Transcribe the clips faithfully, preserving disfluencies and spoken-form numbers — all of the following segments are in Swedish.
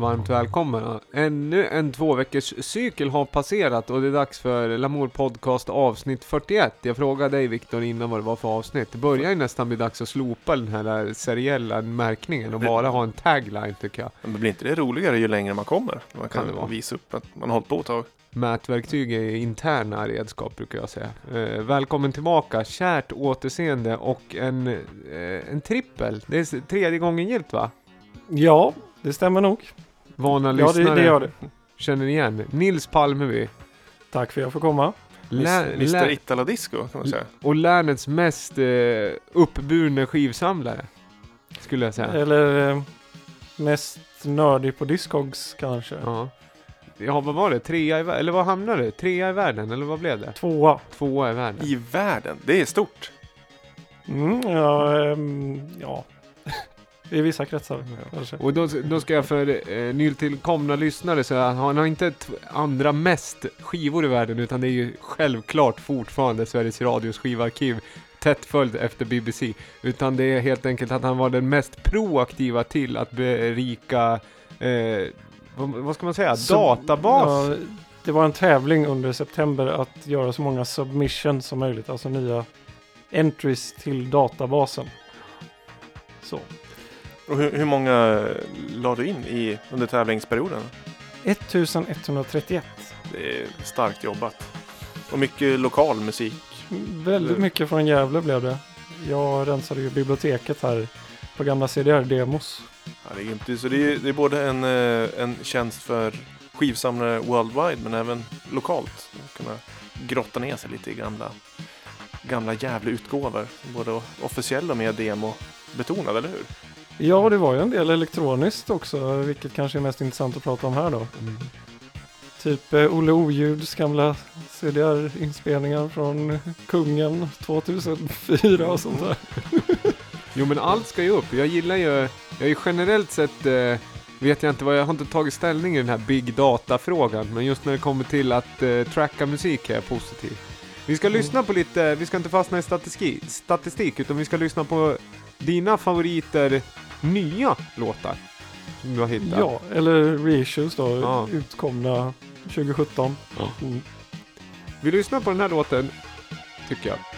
varmt välkomna. Ännu en två veckors cykel har passerat och det är dags för Lamour Podcast avsnitt fyrtioett. Jag frågade dig Viktor innan vad det var för avsnitt. Det börjar ju nästan bli dags att slopa den här seriella märkningen och bara ha en tagline tycker jag. Men blir inte det roligare ju längre man kommer? Man kan, kan visa upp att man har hållit på ett tag. Mätverktyg är interna redskap brukar jag säga. Eh, välkommen tillbaka, kärt återseende och en, eh, en trippel. Det är tredje gången gilt va? Ja, det stämmer nog. Vana Ja, lyssnare det, det gör det. känner igen. Nils Palmeby. Tack för att jag får komma. Lä- mister lä- Itala Disco kan man säga. Och länets mest eh, uppburna skivsamlare skulle jag säga. Eller eh, mest nördig på Discogs kanske. Ja. Ja, vad var det? Trea i världen? Eller vad hamnade det? Trea i världen? Eller vad blev det? Tvåa. Tvåa i världen. I världen, det är stort. Mm, ja, ehm, ja. I vissa kretsar kanske. Och då, då ska jag för eh, nytillkomna lyssnare säga att han har inte t- andra mest skivor i världen utan det är ju självklart fortfarande Sveriges Radios skivarkiv tätt följd efter B B C. Utan det är helt enkelt att han var den mest proaktiva till att berika eh, vad, vad ska man säga? Så, databas. Ja, det var en tävling under september att göra så många submissions som möjligt. Alltså nya entries till databasen. Så. Och hur, hur många la du in i under tävlingsperioden? ettusenetthundratrettioett. Det är starkt jobbat. Och mycket lokal musik. Väldigt mycket från Gävle blev det. Jag rensade ju biblioteket här på gamla C D R-demos. Ja, det är inte, så det är, det är både en, eh, en tjänst för skivsamlare worldwide men även lokalt. Kunna grotta ner sig lite i gamla, gamla jävla utgåvor. Både officiella och mer demo-betonade, eller hur? Ja, det var ju en del elektroniskt också, vilket kanske är mest intressant att prata om här då. Mm. Typ eh, Olle Oljuds gamla C D R-inspelningar från Kungen tvåtusenfyra och sånt där. Jo men allt ska ju upp. Jag gillar ju, jag är ju generellt sett, eh, vet jag inte vad, jag har inte tagit ställning i den här big data-frågan. Men just när det kommer till att eh, tracka musik är jag positiv. Vi ska mm. lyssna på lite, vi ska inte fastna i statistik, statistik utan vi ska lyssna på dina favoriter nya låtar som du har hittat. Ja, eller reissues då, Ja. utkomna tjugosjutton. Ja. Mm. Vi lyssnar på den här låten, tycker jag.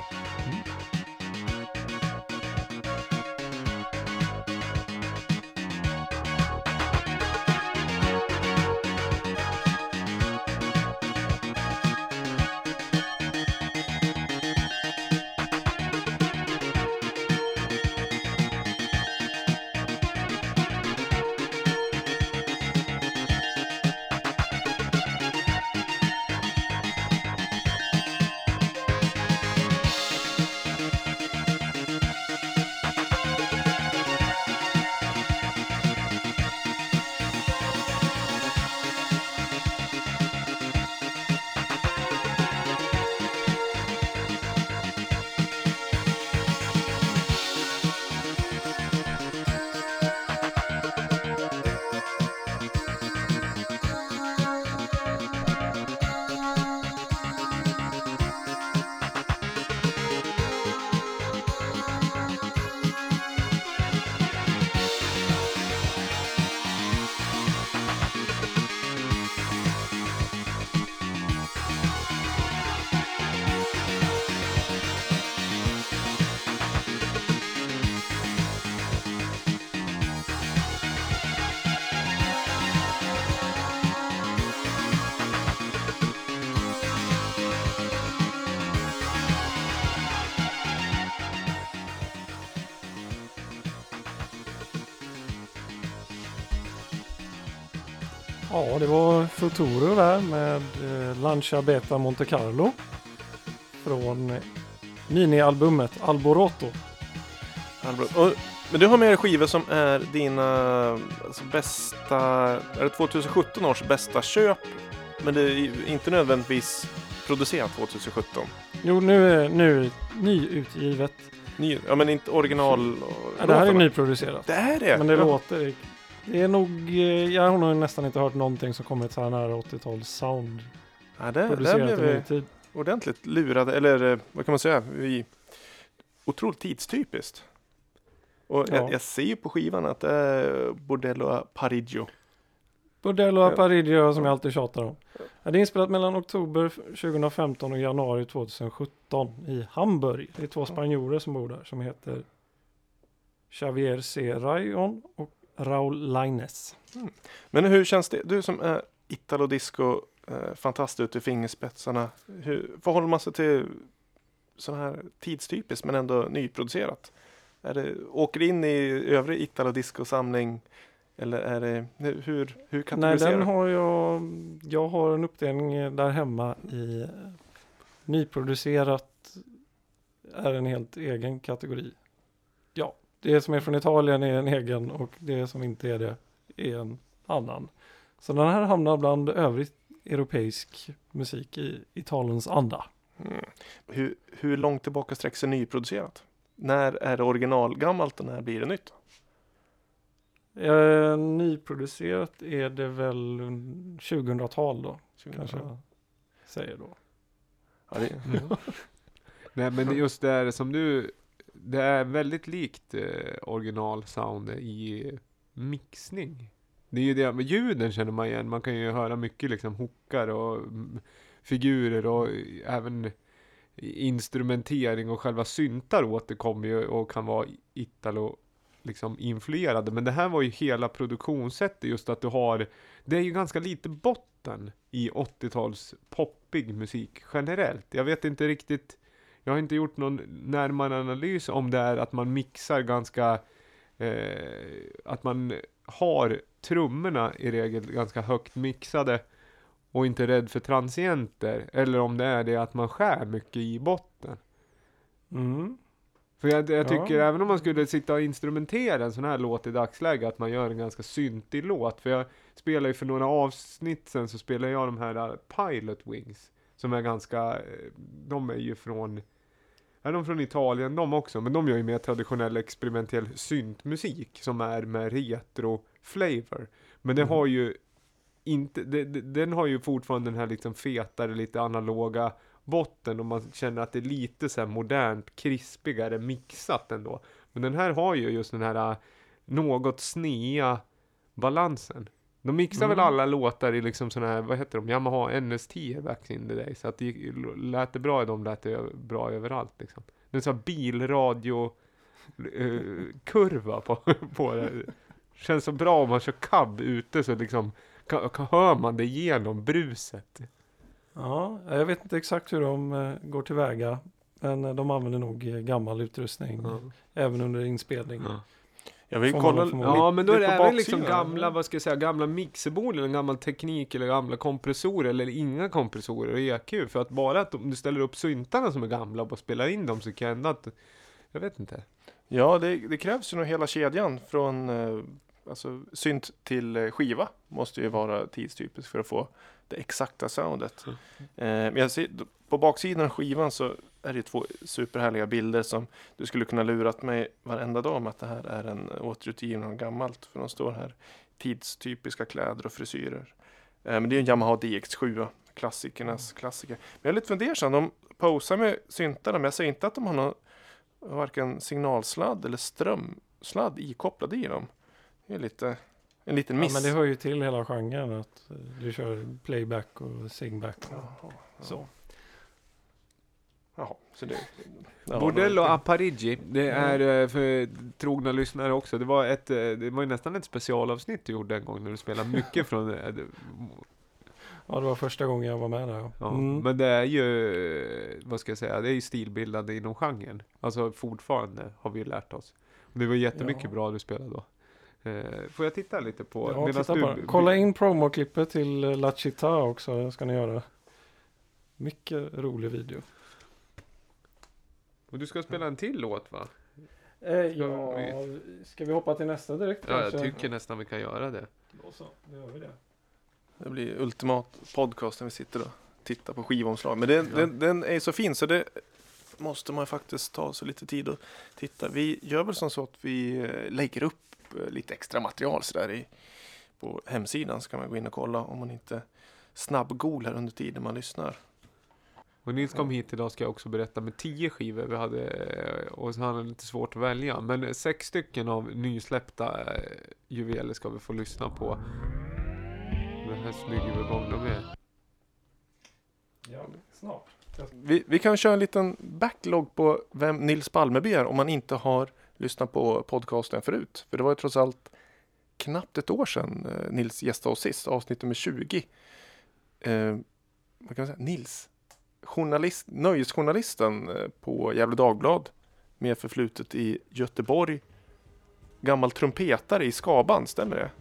Ja, det var Futuro där med eh, Lancia Beta Monte Carlo från eh, minialbumet Alboroto. Och, men du har med dig skivor som är dina alltså, bästa, är det tjugosjutton års bästa köp, men det är inte nödvändigtvis producerat tjugosjutton. Jo, nu är nu nyutgivet. Ny, ja, men inte original. Ja, det här är nyproducerat. Det är det? Men det ja. låter... Det är nog... eh, Jag har nog nästan inte hört någonting som kommit så här nära åttio-tals sound. Ja, det, där Producerat blev i vi nutid. ordentligt lurade, eller eh, vad kan man säga? Vi, otroligt tidstypiskt. Och Ja. jag, jag ser ju på skivan att det är Bordello Parigio. Bordello Aparidio som jag alltid tjatar om. Det är inspelat mellan oktober tjugohundrafemton och januari tjugohundrasjutton i Hamburg. Det är två spanjorer som bor där som heter Xavier C. Rayon och Raul Lainez. Mm. Men hur känns det? Du som är Italo-disco, eh, fantast ut i fingerspetsarna. Hur förhåller man sig till sån här tidstypiskt men ändå nyproducerat? Är det, åker det in i övrig Italo-disco-samling? Eller är det, hur, hur kategoriserar Nej, du? den har jag, jag har en uppdelning där hemma i nyproducerat är en helt egen kategori. Ja, det som är från Italien är en egen och det som inte är det är en annan. Så den här hamnar bland övrig europeisk musik i Italiens anda. Mm. Hur, hur långt tillbaka sträcker sig nyproducerat? När är det original gammalt och när blir det nytt? Eh, nyproducerat är det väl tjugohundratal då, kanske jag säger då. Ja, det, Mm. Nej, men just det här som du, det är väldigt likt eh, originalsound i mixning. Det är ju det med ljuden känner man igen. Man kan ju höra mycket liksom hookar och mm, figurer och även instrumentering och själva syntar återkommer ju och kan vara Italo liksom influerade. Men det här var ju hela produktionssättet, just att du har, det är ju ganska lite botten i åttio-tals poppig musik generellt. Jag vet inte riktigt, jag har inte gjort någon närmare analys om det är att man mixar ganska eh, att man har trummorna i regel ganska högt mixade och inte rädd för transienter, eller om det är det att man skär mycket i botten. Mm. För jag, jag tycker Ja. även om man skulle sitta och instrumentera en sån här låt i dagsläge, att man gör en ganska syntig låt. För jag spelar ju för några avsnitt sen så spelar jag de här uh, Pilot Wings som är ganska, uh, de är ju från, är de från Italien de också, men de gör ju mer traditionell experimentell syntmusik som är med retro flavor. Men det Mm. har ju inte, det, det, den har ju fortfarande den här liksom fetare, lite analoga botten och man känner att det är lite så här modernt, krispigare mixat ändå. Men den här har ju just den här uh, något snea balansen. De mixar Mm. väl alla låtar i liksom såna här, vad heter de, Yamaha N S tio back in the day. Så att det gick- lät det bra i dem, lät det ö- bra överallt liksom. Det är så här bilradio eh, kurva på, på det. Känns så bra om man kör cab ute så liksom kan, kan, hör man det genom bruset. Ja, jag vet inte exakt hur de eh, går tillväga. Men eh, de använder nog eh, gammal utrustning Ja. även under inspelning. Ja. jag vill Får man kolla väl förmoda. Ja, men då är det på även liksom baksidan. gamla, vad ska jag säga, gamla mixerbord eller gammal teknik eller gamla kompressorer eller inga kompressorer och E Q. För att bara att om du ställer upp syntarna som är gamla och bara spelar in dem så kan jag ändå att, jag vet inte. Ja, det, det krävs ju nog hela kedjan från eh, alltså, synt till eh, skiva måste ju vara tidstypiskt för att få det exakta soundet. Mm. Eh, men jag ser, på baksidan av skivan så är det två superhärliga bilder som du skulle kunna lurat mig varenda dag om att det här är en återutgivning av gammalt, för de står här tidstypiska kläder och frisyrer. Eh, men det är en Yamaha D X sju, klassikernas klassiker. Men jag är lite fundersam, de posar med syntarna men jag säger inte att de har någon varken signalsladd eller strömsladd ikopplad i dem. Det är lite en liten Ja, miss. men det hör ju till hela genren att eh, du kör playback och singback. Och Jaha, ja. så. Jaha, så det... ja, Bordello det- Apparigi, det är eh, för trogna lyssnare också. Det var ett, eh, det var ju nästan ett specialavsnitt du gjorde en gång när du spelade mycket från eh, det- Ja, det var första gången jag var med där. Ja. ja, Mm. men det är ju, eh, vad ska jag säga, det är ju stilbildande inom genren. Alltså fortfarande har vi ju lärt oss. Det var jättemycket Ja. bra du spelade då. Eh, får jag titta lite på? Ja, medan titta du- bara. Kolla in promoklippet till eh, La Città också, ska ni göra. Mycket rolig video. Och du ska spela en till låt va? Eh, ja, ska vi hoppa till nästa direkt? Ja, jag tycker nästan vi kan göra det. Då så, då gör vi det. Det blir ultimat podcast när vi sitter och tittar på skivomslag. Men den, Ja. den, den är så fin så det måste man faktiskt ta sig lite tid och titta. Vi gör väl som så att vi eh, lägger upp eh, lite extra material så där i, på hemsidan, så kan man gå in och kolla om man inte snabbgooglar under tiden man lyssnar. Och Nils kom hit idag, ska jag också berätta, med tio skivor vi hade, eh, och så hade han lite svårt att välja. Men sex stycken av nysläppta eh, juveler ska vi få lyssna på. här smyger vi igång dem med. Ja, snart. Vi, vi kan köra en liten backlog på vem Nils Palmeby är om man inte har lyssnat på podcasten förut. För det var ju trots allt knappt ett år sedan eh, Nils gästade oss sist, avsnitt nummer tjugo. Eh, vad kan man säga? Nils, journalist, nöjesjournalisten eh, på Gefle Dagblad med förflutet i Göteborg. Gammal trumpetare i Skaban, stämmer det?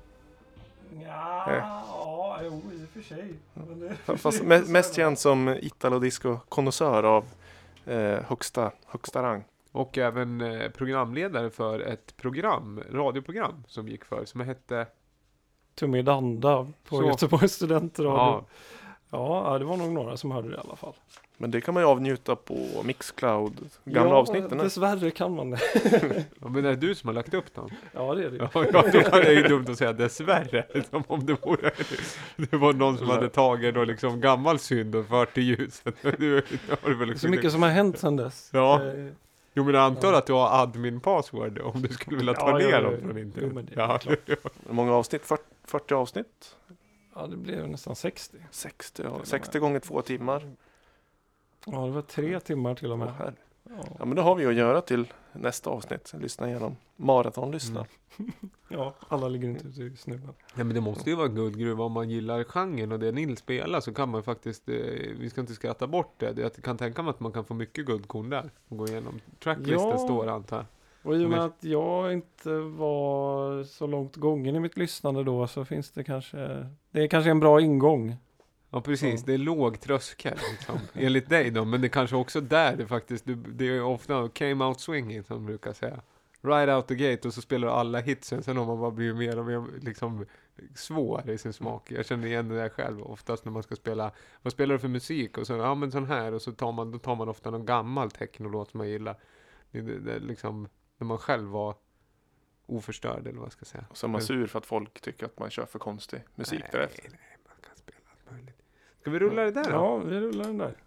Ja, Eh. ja, jo, i och för sig. Men det, Fast me- mest känd som Italo-disco-konnässör av eh, högsta, högsta rang. Och även eh, programledare för ett program, radioprogram som gick för, som hette... Tumme Danda på Så. Göteborgs studentradio. Ja, Ja. ja, det var nog några som hörde det i alla fall. Men det kan man ju avnjuta på Mixcloud, gamla ja, avsnitten. dessvärre kan man det. ja, men det är du som har lagt upp dem. Ja, det är det ju. Ja, ja, då är det ju dumt att säga dessvärre. Som om det vore... Det var någon som hade tagit då liksom gammal synd och fört till ljuset. Du, du har det väl Det är liksom så mycket som har hänt sedan dess. Ja. Eh, Jo, men jag antar Ja. att du har admin-password om du skulle vilja ta Ja, ner ja, dem ja, från jo, internet. men det är Ja, klart. Hur många avsnitt? fyrtio, fyrtio avsnitt? Ja, det blev nästan sextio. sextio, ja. sextio gånger två timmar. Ja, det var tre timmar till och Åh, med. herre. Ja, Ja, men då har vi att göra till nästa avsnitt. Lyssna igenom. Maratonlyssna. Mm. ja alla ligger inte ute just nu. men- Ja, men det måste ju vara en guldgruva om man gillar genren och det Nils spelar, så kan man faktiskt, eh, vi ska inte skratta bort det. Jag kan tänka mig att man kan få mycket guldkorn där och gå igenom. Tracklisten Ja. står, antar jag. Och i och med Men- att jag inte var så långt gången i mitt lyssnande då så finns det kanske, det är kanske en bra ingång. Ja, precis. Ja. Det är låg tröskel, liksom. Enligt dig då. Men det är kanske också där det faktiskt, det, det är ofta came out swinging som man brukar säga. Right out the gate och så spelar du alla hitsen. Sen har man bara blivit mer och mer liksom svår i sin smak. Jag känner igen det där själv. Oftast när man ska spela, vad spelar du för musik? Och så, ja men sån här. Och så tar man, då tar man ofta någon gammal technolåt som man gillar. Det, det, det är liksom, när man själv var oförstörd eller vad jag ska säga. Och så är man sur för att folk tycker att man kör för konstig musik nej, därefter. nej, man kan spela allt möjligt. Ska vi rulla det där då? Ja, vi rullar den där.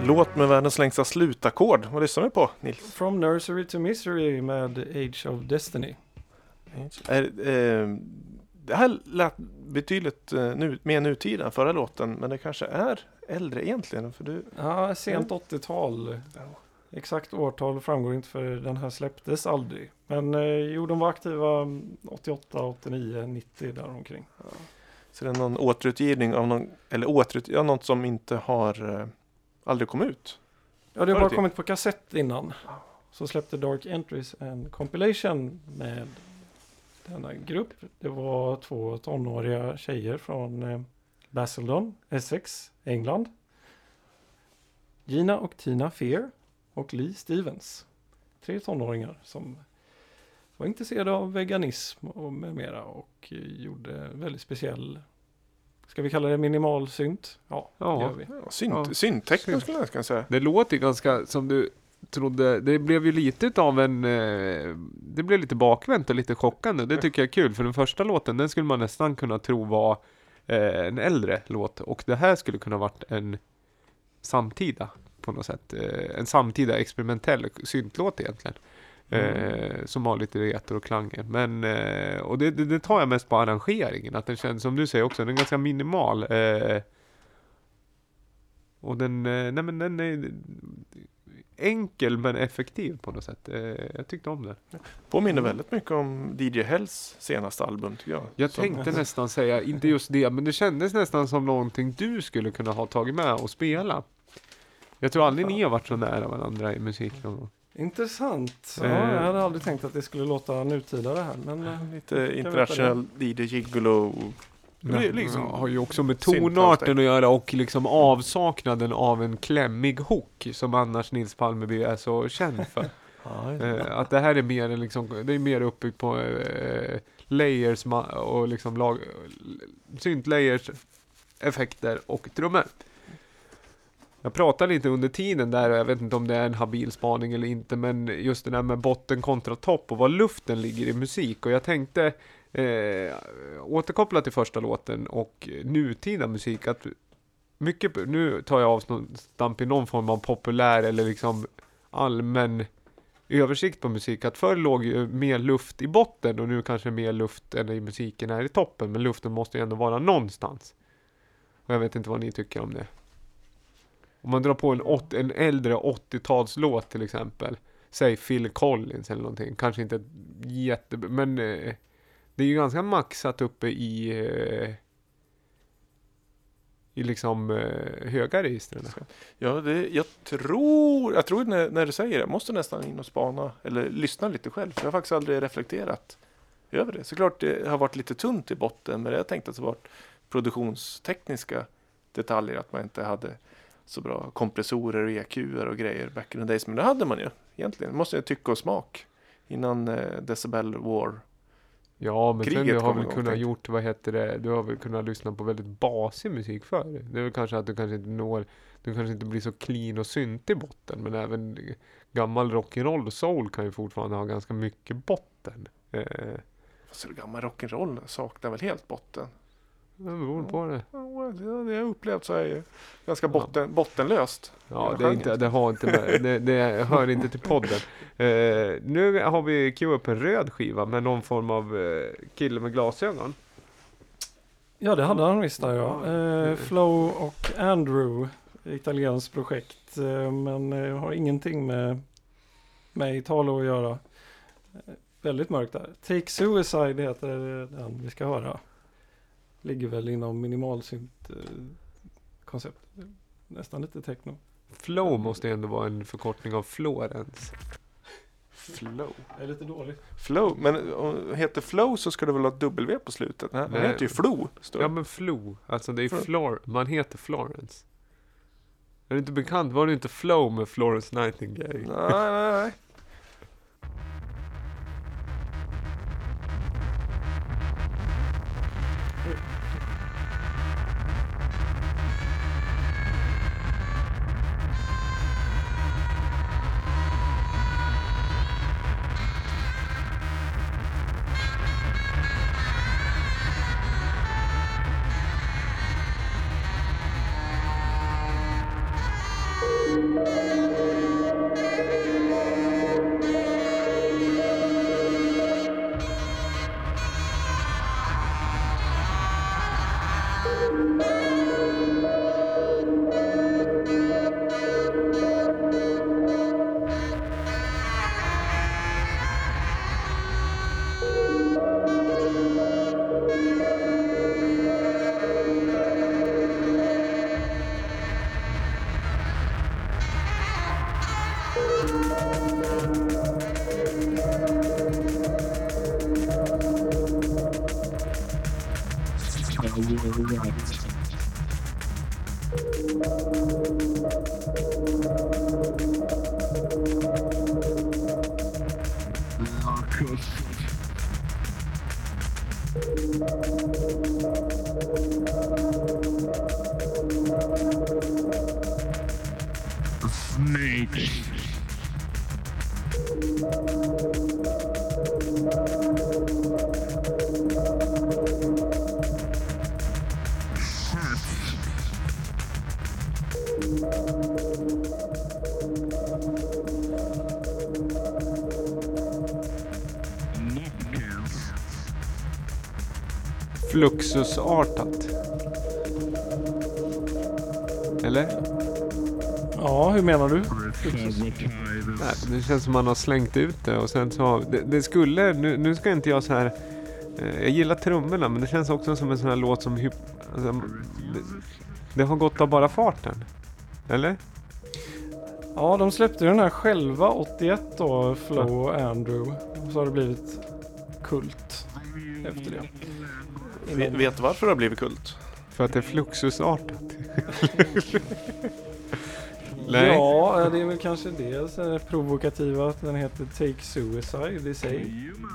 låt med världens längsta slutackord. Vad lyssnar vi på, Nils? From Nursery to Misery med Age of Destiny. Är, eh, det här lät betydligt eh, nu, mer nutida än förra låten, men det kanske är äldre egentligen. För du... Ja, sent åttiotal. Exakt årtal framgår inte för den här släpptes aldrig. Men eh, jo, de var aktiva åttioåtta, åttionio, nittio däromkring. Ja. Så det är någon återutgivning av någon, eller återut, ja, något som inte har eh, aldrig kommit ut. Ja, det har Var bara det kommit på kassett innan. Så släppte Dark Entries en compilation med denna grupp. Det var två tonåriga tjejer från eh, Basildon, Essex, England. Gina och Tina Fear och Lee Stevens. Tre tonåringar som var intresserade av veganism och med mera och eh, gjorde väldigt speciell, ska vi kalla det minimalsynt? Ja, Ja. det gör vi. Ja, synt, Ja. Synttekno Synt. skulle jag kunna säga. Det låter ganska som du trodde. Det blev ju lite av en... Eh, det blev lite bakvänt och lite chockande. Det tycker jag är kul. För den första låten, den skulle man nästan kunna tro var eh, en äldre låt. Och det här skulle kunna varit en samtida på något sätt. Eh, en samtida experimentell syntlåt egentligen. Eh, som har lite retro-klanger. Men, eh, och det, det, det tar jag mest på arrangeringen. Att den känns, som du säger också, den är ganska minimal. Eh, och den, eh, nej men den är enkel men effektiv på något sätt. Eh, jag tyckte om det. Påminner väldigt mycket om D J Hells senaste album, tycker jag. Jag Som- tänkte nästan säga, inte just det, men det kändes nästan som någonting du skulle kunna ha tagit med och spela. Jag tror aldrig ni har varit så nära varandra i musik någon gång. Intressant. Ja, Eh. jag hade aldrig tänkt att det skulle låta nutida det här. Men eh, Lite internationell D J Gigolo. Det är liksom Ja, har ju också med synthplastik. tonarten att göra och liksom avsaknaden av en klämmig hook som annars Nils Palmeby är så känd för. Ja, Eh, att det här är mer en liksom, det är mer uppbyggt på eh, layers ma- och liksom lag, syntlayers, effekter och trummor. Jag pratade lite under tiden där, och jag vet inte om det är en habil spaning eller inte, men just det där med botten kontra topp och var luften ligger i musik. Och jag tänkte eh, återkoppla till första låten och nutida musik, att mycket, nu tar jag avstamp i någon form av populär eller liksom allmän översikt på musik, att förr låg ju mer luft i botten och nu kanske mer luft än i musiken är i toppen, men luften måste ju ändå vara någonstans. Och jag vet inte vad ni tycker om det. Om man drar på en, åt, en äldre åttiotalslåt till exempel, säg Phil Collins eller någonting, kanske inte jätte, men eh, det är ju ganska maxat uppe i eh, i liksom eh, höga registren. Ja, det, jag tror, jag tror när, när du säger det, jag måste nästan in och spana eller lyssna lite själv. För jag har faktiskt aldrig reflekterat över det. Såklart det har varit lite tunt i botten, men jag tänkte att det var produktionstekniska detaljer, att man inte hade så bra kompressorer och E Q:er och grejer back in the days. Men det hade man ju egentligen. Det måste jag tycka och smak innan eh, Decibel War. Ja, men sen Kriget du har kom väl igång, kunnat tänkte. gjort, vad heter det, du har väl kunnat lyssna på väldigt basig musik för det. Det är väl kanske att du kanske inte når, du kanske inte blir så clean och synt i botten, men även gammal rock'n'roll och soul kan ju fortfarande ha ganska mycket botten. Eh, Så gammal rock'n'roll saknar väl helt botten. det beror på det. Ja, det har jag upplevt så är ju ganska botten, bottenlöst. Ja, Jag det, är sjöng inte, det har inte med, det, det hör inte till podden. Eh, nu har vi queue upp en röd skiva med någon form av eh, kille med glasögon. ja, det hade han visst där, ja. Eh, Flo och Andrew, italienskt projekt. Eh, men eh, har ingenting med, med Italo att göra. Eh, väldigt mörkt där. Take Suicide heter den vi ska höra. Ligger väl inom minimalsynt eh, koncept. Nästan lite techno. Flow måste ändå vara en förkortning av Florence. Flow. Det är lite dåligt. Flow. Men om det heter Flow så ska det väl ha ett W på slutet? Den Nej. heter ju Flo. Står Ja, det. men Flo. Alltså det är Flo. Flor. Man heter Florence. Är det inte bekant? Var det inte Flow med Florence Nightingale? Nej, nej, nej. Fluxusartat. Eller? Ja, hur menar du? Nej, det känns som man har slängt ut det och sen så det, det skulle, nu, nu ska inte jag så här eh, jag gillar trummorna men det känns också som en sån här låt som hyp, alltså, det, det har gått av bara farten. Eller? Ja, de släppte den här själva åttioett då, Flo och Andrew. Och så har det blivit kult efter det. Vet, vet du varför det har blivit kult? För att det är fluxusartat. Nej. Ja, det är väl kanske det det provokativa att den heter Take Suicide i sig.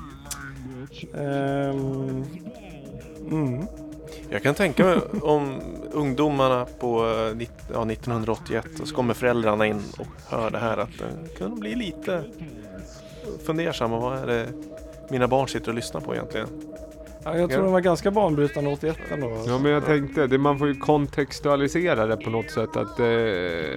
Um, mm. Jag kan tänka mig om ungdomarna på ja, nittonhundraåttioett och så kommer föräldrarna in och hör det här att det kan bli lite fundersamma. Vad är det mina barn sitter och lyssnar på egentligen? Ja, jag tror Ja. de var ganska banbrytande åttioett ändå. Alltså. Ja, men jag tänkte, det, man får ju kontextualisera det på något sätt att eh,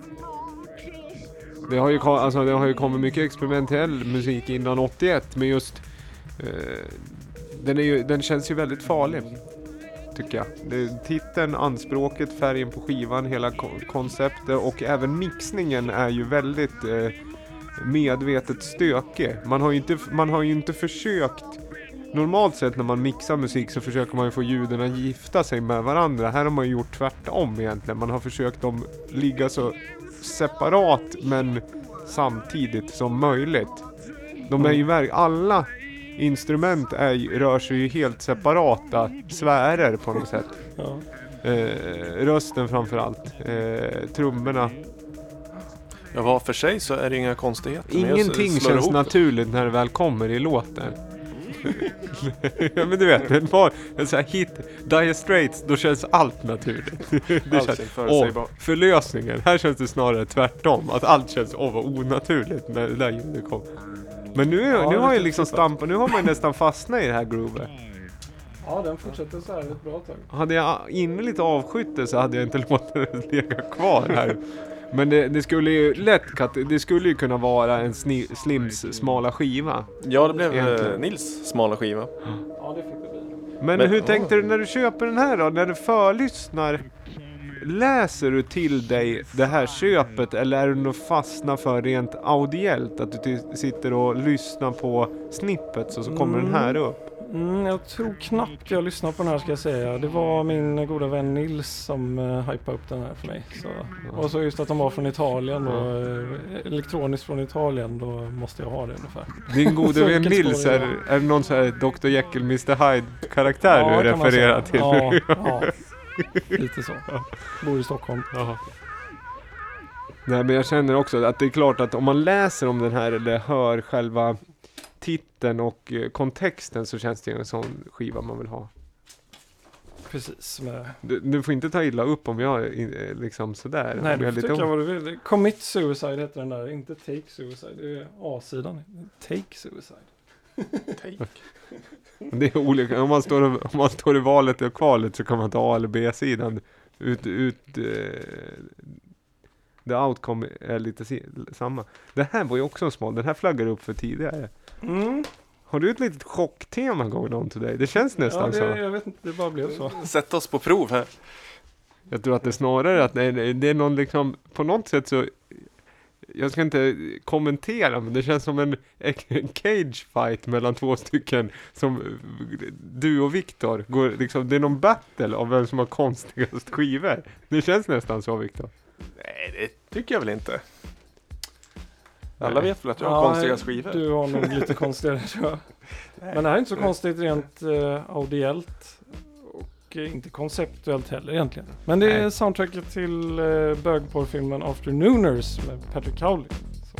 det, har ju, ko- alltså, det har ju kommit mycket experimentell musik innan åttioett, men just eh, den, är ju, den känns ju väldigt farlig, tycker jag. Det, titeln, anspråket, färgen på skivan, hela ko- konceptet och även mixningen är ju väldigt eh, medvetet stökig. Man har ju inte, man har ju inte försökt. Normalt sett när man mixar musik så försöker man ju få ljuden att gifta sig med varandra. Här har man ju gjort tvärtom egentligen. Man har försökt dem ligga så separat men samtidigt som möjligt. De är ju verk- alla instrument är, ju- rör sig ju helt separata sfärer på något sätt. Ja. Eh, rösten framförallt. Eh, trummorna. Ja, var för sig så är det inga konstigheter. Men jag Ingenting slår känns ihop det. naturligt när det väl kommer i låten. Ja, men du vet, det var en sån här hit, Dire Straits, då känns allt naturligt. Det Allting känns, förutsägbart. åh, förlösningen, här känns det snarare tvärtom, att allt känns åh, vad onaturligt när det där ljudet kom. Men nu, Ja, nu har jag lite liksom tippat. stampat, nu har man nästan fastnat i det här groovet. ja, den fortsätter så här ett bra tag. Hade jag inne lite avskytte så hade jag inte låtit det ligga kvar här. Men det, det skulle ju lätt kat- det skulle ju kunna vara en sni- Slims smala skiva. Ja, det blev Egentligen. eh, Nils smala skiva. Ja, det fick det bli. Men, Men- hur tänkte du när du köper den här då? När du förlyssnar, läser du till dig det här köpet eller är du nog fastna för rent audiellt? Att du t- sitter och lyssnar på snippet och så kommer Mm. den här upp? Mm, jag tror knappt jag lyssnar på den här ska jag säga. Det var min goda vän Nils som uh, hypade upp den här för mig. Så. Och så just att de var från Italien då, eh, elektroniskt från Italien, då måste jag ha det ungefär. Din gode Så vän vilken Nils, story är, det är det någon sån här doktor Jekyll, mister Hyde-karaktär du kan man refererar säga. till? Ja, ja, lite så. Bor i Stockholm. Jaha. Nej, men jag känner också att det är klart att om man läser om den här eller hör själva titeln och eh, kontexten så känns det ju en sån skiva man vill ha. Precis. Med... Du, du får inte ta illa upp om jag eh, liksom sådär. Nej, Om du jag får är lite tycka o- vad du vill. Commit Suicide heter den där, inte Take Suicide. Det är A-sidan. Take Suicide. Det är olika. Om man står, om man står i valet och kvalet så kan man ta A eller B-sidan. Ut, ut, eh, the outcome är lite si- samma. Det här var ju också en smal. Den här flaggar upp för tidigare. Mm. Har du ett litet chocktema going on today? Det känns nästan Ja, det, så. jag vet inte, det bara blev så. Sätt oss på prov här. Jag tror att det är snarare att det, det är någon liksom, på något sätt så, jag ska inte kommentera, men det känns som en, en cage fight mellan två stycken som du och Viktor går liksom, det är någon battle av vem som har konstigast skivor. Det känns nästan så, Viktor. Nej, det tycker jag väl inte. Alla Nej. vet väl att jag har konstiga skivor. Du har nog lite konstigare tror jag. Men det här är inte så konstigt rent uh, audiellt. Och och eh, inte konceptuellt heller egentligen. Men det är Nej. soundtracket till eh, bögporrfilmen Afternooners med Patrick Cowley. Så.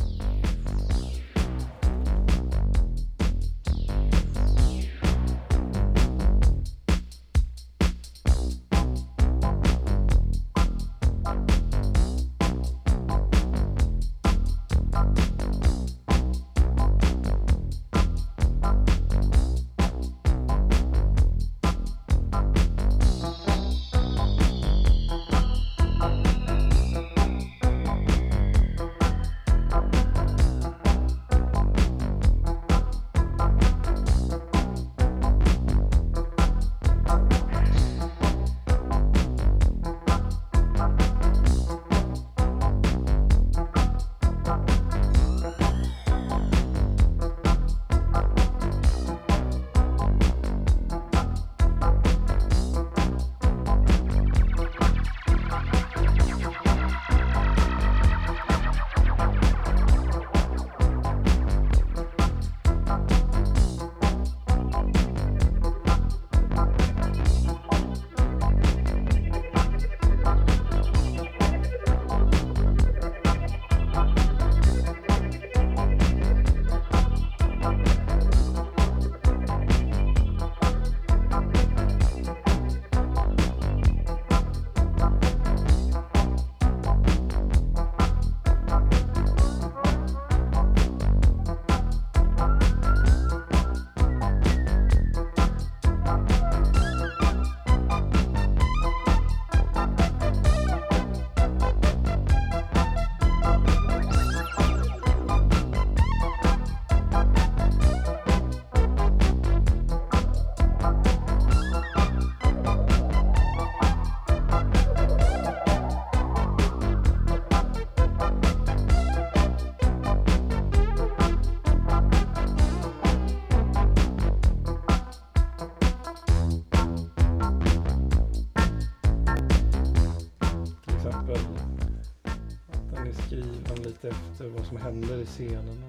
Efter vad som händer i scenen.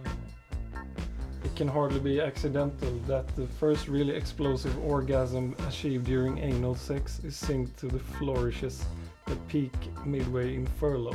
It can hardly be accidental that the first really explosive orgasm achieved during anal sex is synced to the flourishes that peak midway in furlough.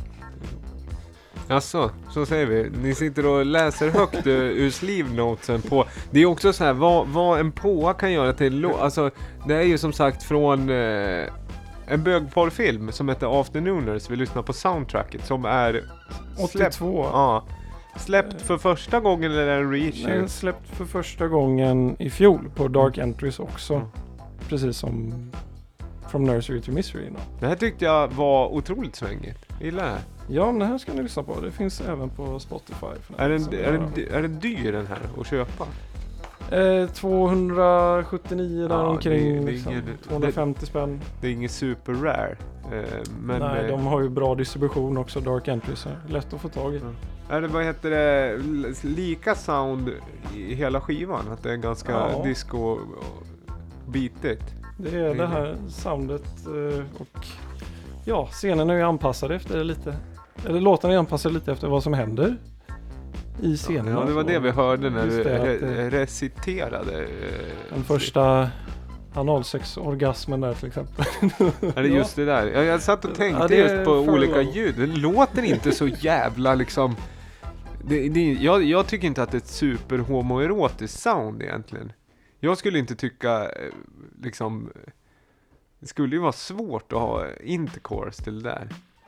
Alltså, så säger vi. Ni sitter och läser högt ur sleeve notesen på. Det är också så här, vad, vad en påa kan göra till en låt. Alltså, det är ju som sagt från eh, en bögporrfilm som heter Afternooners. Vi lyssnar på soundtracket som är släppt, åttiotvå. Ja, släppt för första gången eller en reissue? Nej, släppt för första gången i fjol på Dark Entries också. Mm. Precis som From Nursery to Misery. No? Det här tyckte jag var otroligt svängigt. Gillar det här. Ja, men det här ska ni lyssna på. Det finns även på Spotify. Är den, är, den, är den dyr den här att köpa? Eh, tvåhundrasjuttionio där Ja, omkring. det, det liksom, ingen, tvåhundrafemtio spänn. Det är ingen super rare. Eh, men Nej, eh, de har ju bra distribution också, Dark Entries. Lätt att få tag i. Ja. Är det, vad heter det, lika sound i hela skivan? Att det är ganska ja. disco och bitigt? Det är det här soundet eh, och ja, scenen är ju anpassad efter det lite. Eller låten är anpassad lite efter vad som händer i scenen. Ja, det var det vi hörde när du det, re- det, reciterade. Den första analsexorgasmen där till exempel. Är det just det där? Jag, jag satt och tänkte ja, det just på olika furlough. ljud. Det låter inte så jävla liksom... Det, det, jag, jag tycker inte att det är ett super homoerotiskt sound egentligen. Jag skulle inte tycka eh, liksom... Det skulle ju vara svårt att ha intercourse till det där.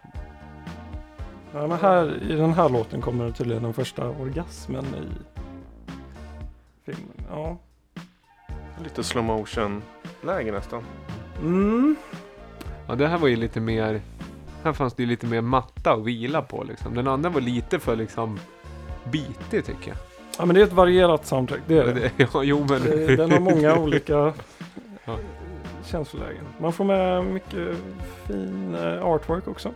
Ja, men här, i den här låten kommer det tydligen den första orgasmen i filmen. Ja. Lite slow motion läge nästan. Mm. Ja, det här var ju lite mer... Här fanns det ju lite mer matta att vila på liksom. Den andra var lite för liksom bitig tycker jag. Ja, men det är ett varierat soundtrack, det är det. det ja, jo, men... det den har många olika ja. känslolägen. Man får med mycket fin uh, artwork också.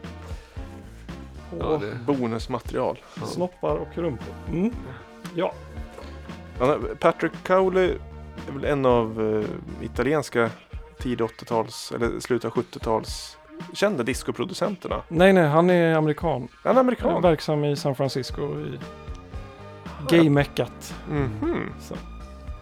Och Ja, det... bonusmaterial. Ja. snoppar och rumpor. Mm. Ja. Patrick Cowley är väl en av uh, italienska tidig åttio-tals eller slutet av sjuttio-tals kända discoproducenterna. Nej, nej, han är amerikan. Han är amerikan. Verksam i San Francisco i gay-meckat. Mhm. Så.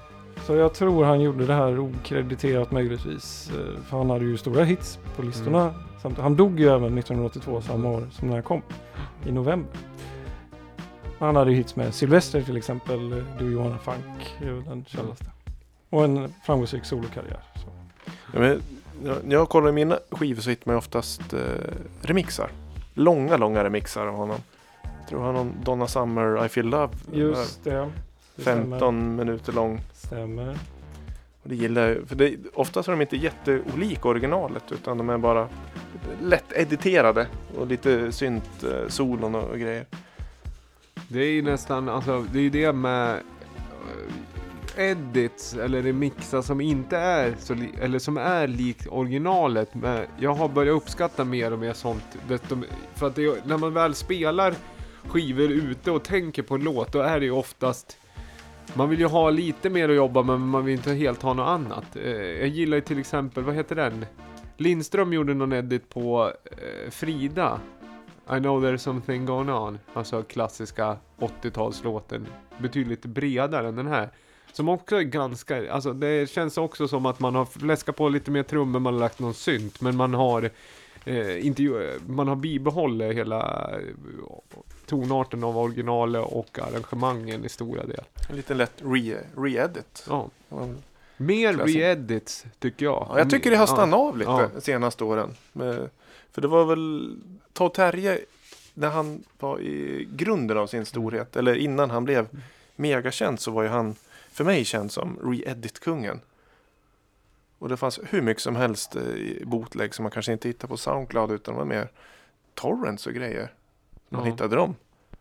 Så jag tror han gjorde det här okrediterat möjligtvis. eh, För han hade ju stora hits på listorna. Mm. Samt, han dog ju även nittonhundraåttiotvå, samma år som den här kom. I november. Han hade ju hits med Sylvester till exempel. eh, Do You Wanna Funk är väl den kändaste. Och en framgångsrik solokarriär. Så. Ja, men, ja, när jag kollar mina skivor så hittar man oftast eh, remixar. Långa, långa remixar av honom. Jag tror han har någon Donna Summer, I Feel Love. Just det. det femton stämmer. minuter lång. Stämmer. Och det gillar jag. För det, oftast är de inte jätteolika originalet utan de är bara lätt editerade. Och lite synt, eh, solon och, och grejer. Det är ju nästan, alltså det är ju det med eh, edits eller remixar som inte är så li- eller som är likt originalet. Men jag har börjat uppskatta mer och mer sånt. Desto, för att det, är- när man väl spelar skivor ute och tänker på en låt, då är det ju oftast, man vill ju ha lite mer att jobba med, men man vill inte helt ha något annat. Eh, jag gillar ju till exempel, vad heter den? Lindström gjorde någon edit på eh, Frida. I know there's something going on. Alltså klassiska åttiotalslåten. Betydligt bredare än den här. Som också är ganska, alltså det känns också som att man har fläskat på lite mer trummor, man har lagt någon synt, men man har eh, inte, ju- man har bibehållit hela eh, tonarten av originalet och arrangemangen i stora del. En liten lätt re, re-edit. Ja. Ja, Mer Klassik. re-edits tycker jag. jag tycker det har stannat av lite Ja. de senaste åren. Men, för det var väl Todd Terje när han var i grunden av sin storhet. Eller innan han blev megakänd så var ju han för mig känd som re-edit-kungen. Och det fanns hur mycket som helst i bootleg som man kanske inte hittar på SoundCloud utan det var mer torrents och grejer. Man Ja. hittade dem.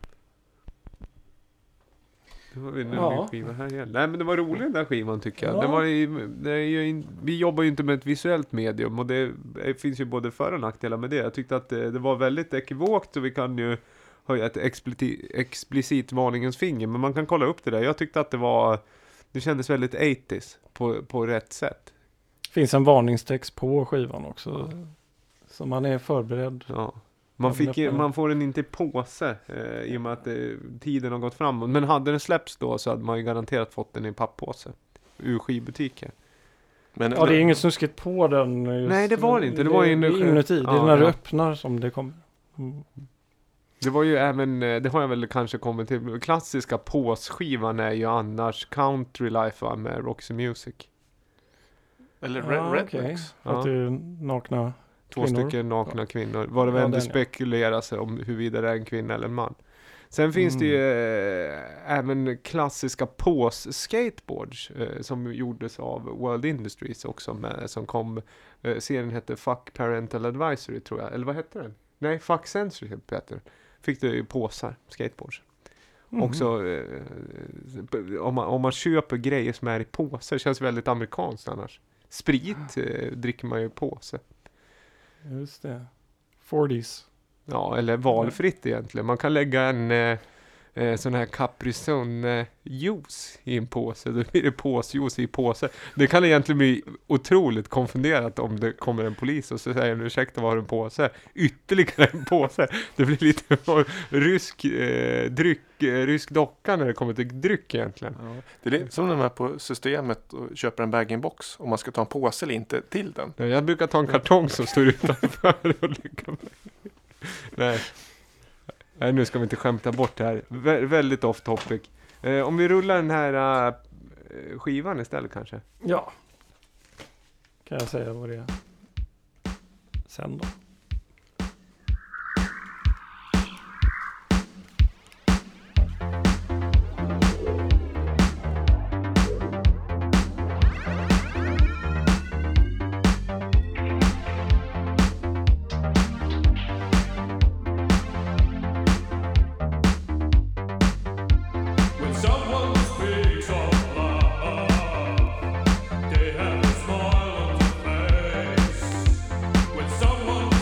Det var vi nu Ja. min skiva här igen. Nej men det var rolig den där skivan tycker jag. Ja. Det var ju, det är ju in, vi jobbar ju inte med ett visuellt medium och det, det finns ju både för- och nackdelar med det. Jag tyckte att det, det var väldigt ekivokt så vi kan ju höja ett explicit, explicit varningens finger. Men man kan kolla upp det där. Jag tyckte att det var, det kändes väldigt åttiotalet på, på rätt sätt. Finns en varningstext på skivan också. Så man är förberedd. Ja. Man, Ja, fick, men ju- öppna man får den inte i påse eh, i och med att eh, tiden har gått framåt. Men hade den släppts då så hade man ju garanterat fått den i papppåse. Ur skivbutiken. Men Ja, det är inget snuskigt på den. Just, Nej, det var det inte. Det var ju en- det är inuti. Det är Ja, när du ja. öppnar som det kommer. Mm. Det var ju även, eh, det har jag väl kanske kommit till. Klassiska påsskivan är ju annars Country Life va, med Roxy Music. Eller Ja, Red, okej. Rednecks. Ja. Att det är nakna. Två Kvinnor. stycken nakna kvinnor. Var det väl Ja, ändå den, ja. spekuleras om huruvida det är en kvinna eller en man. Sen finns det ju eh, även klassiska pås-skateboards eh, som gjordes av World Industries också. Med, som kom, eh, serien hette Fuck Parental Advisory tror jag. Eller vad hette den? Nej, Fuck Censorship Peter. Fick du ju påsar, skateboards. Mhm. Också eh, om, man, om man köper grejer som är i påsar, det känns väldigt amerikanskt annars. Sprit eh, dricker man ju i påse. Just det. fyrtios. Ja, eller valfritt egentligen. Man kan lägga en eh, eh, sån här Capri Sun eh, juice i en påse. Då blir det påsjuice i påse. Det kan egentligen bli otroligt konfunderat om det kommer en polis och så säger de ursäkta vad har du en påse? Ytterligare en påse. Det blir lite rysk eh, dryck, eh, rysk docka när det kommer till dryck egentligen. Ja. Det är det, som de är på systemet och köper en bag-in-box. Om man ska ta en påse eller inte till den. Nej, jag brukar ta en kartong som står utanför och lägga mig. Nej. Nej, nu ska vi inte skämta bort det här. Vä- väldigt off topic. Eh, om vi rullar den här äh, skivan istället kanske. Ja. Kan jag säga vad det är. Sen då. When someone speaks of love, they have a smile on their face. When someone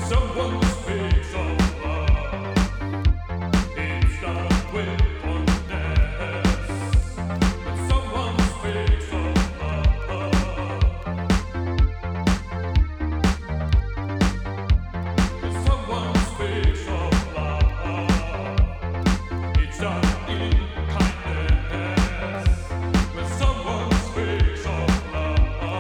someone speaks of love, it's not with fondness. When someone speaks of love, when someone speaks of love, it's not in kindness. When someone speaks of love.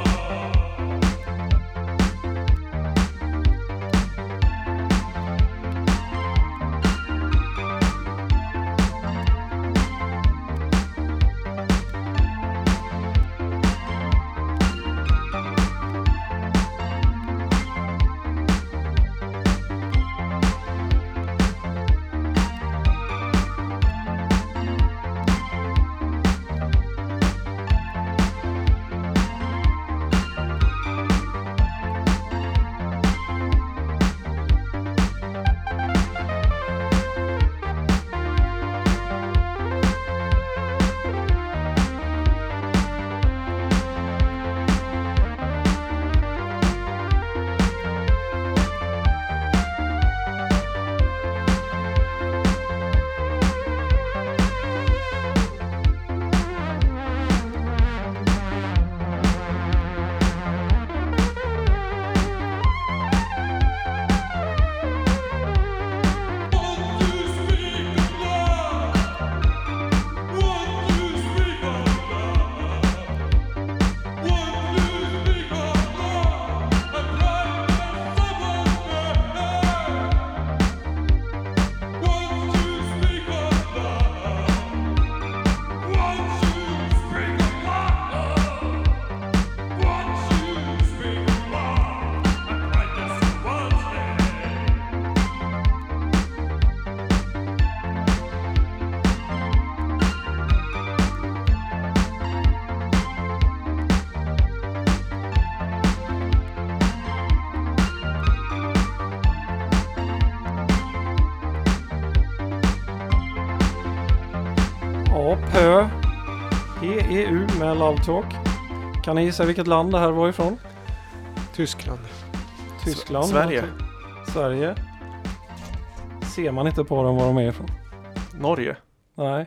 Ja, Pö. P E U med Love Talk. Kan ni gissa vilket land det här var ifrån? Tyskland. Tyskland. Sverige. Sverige. Ser man inte på dem var de är ifrån? Norge. Nej.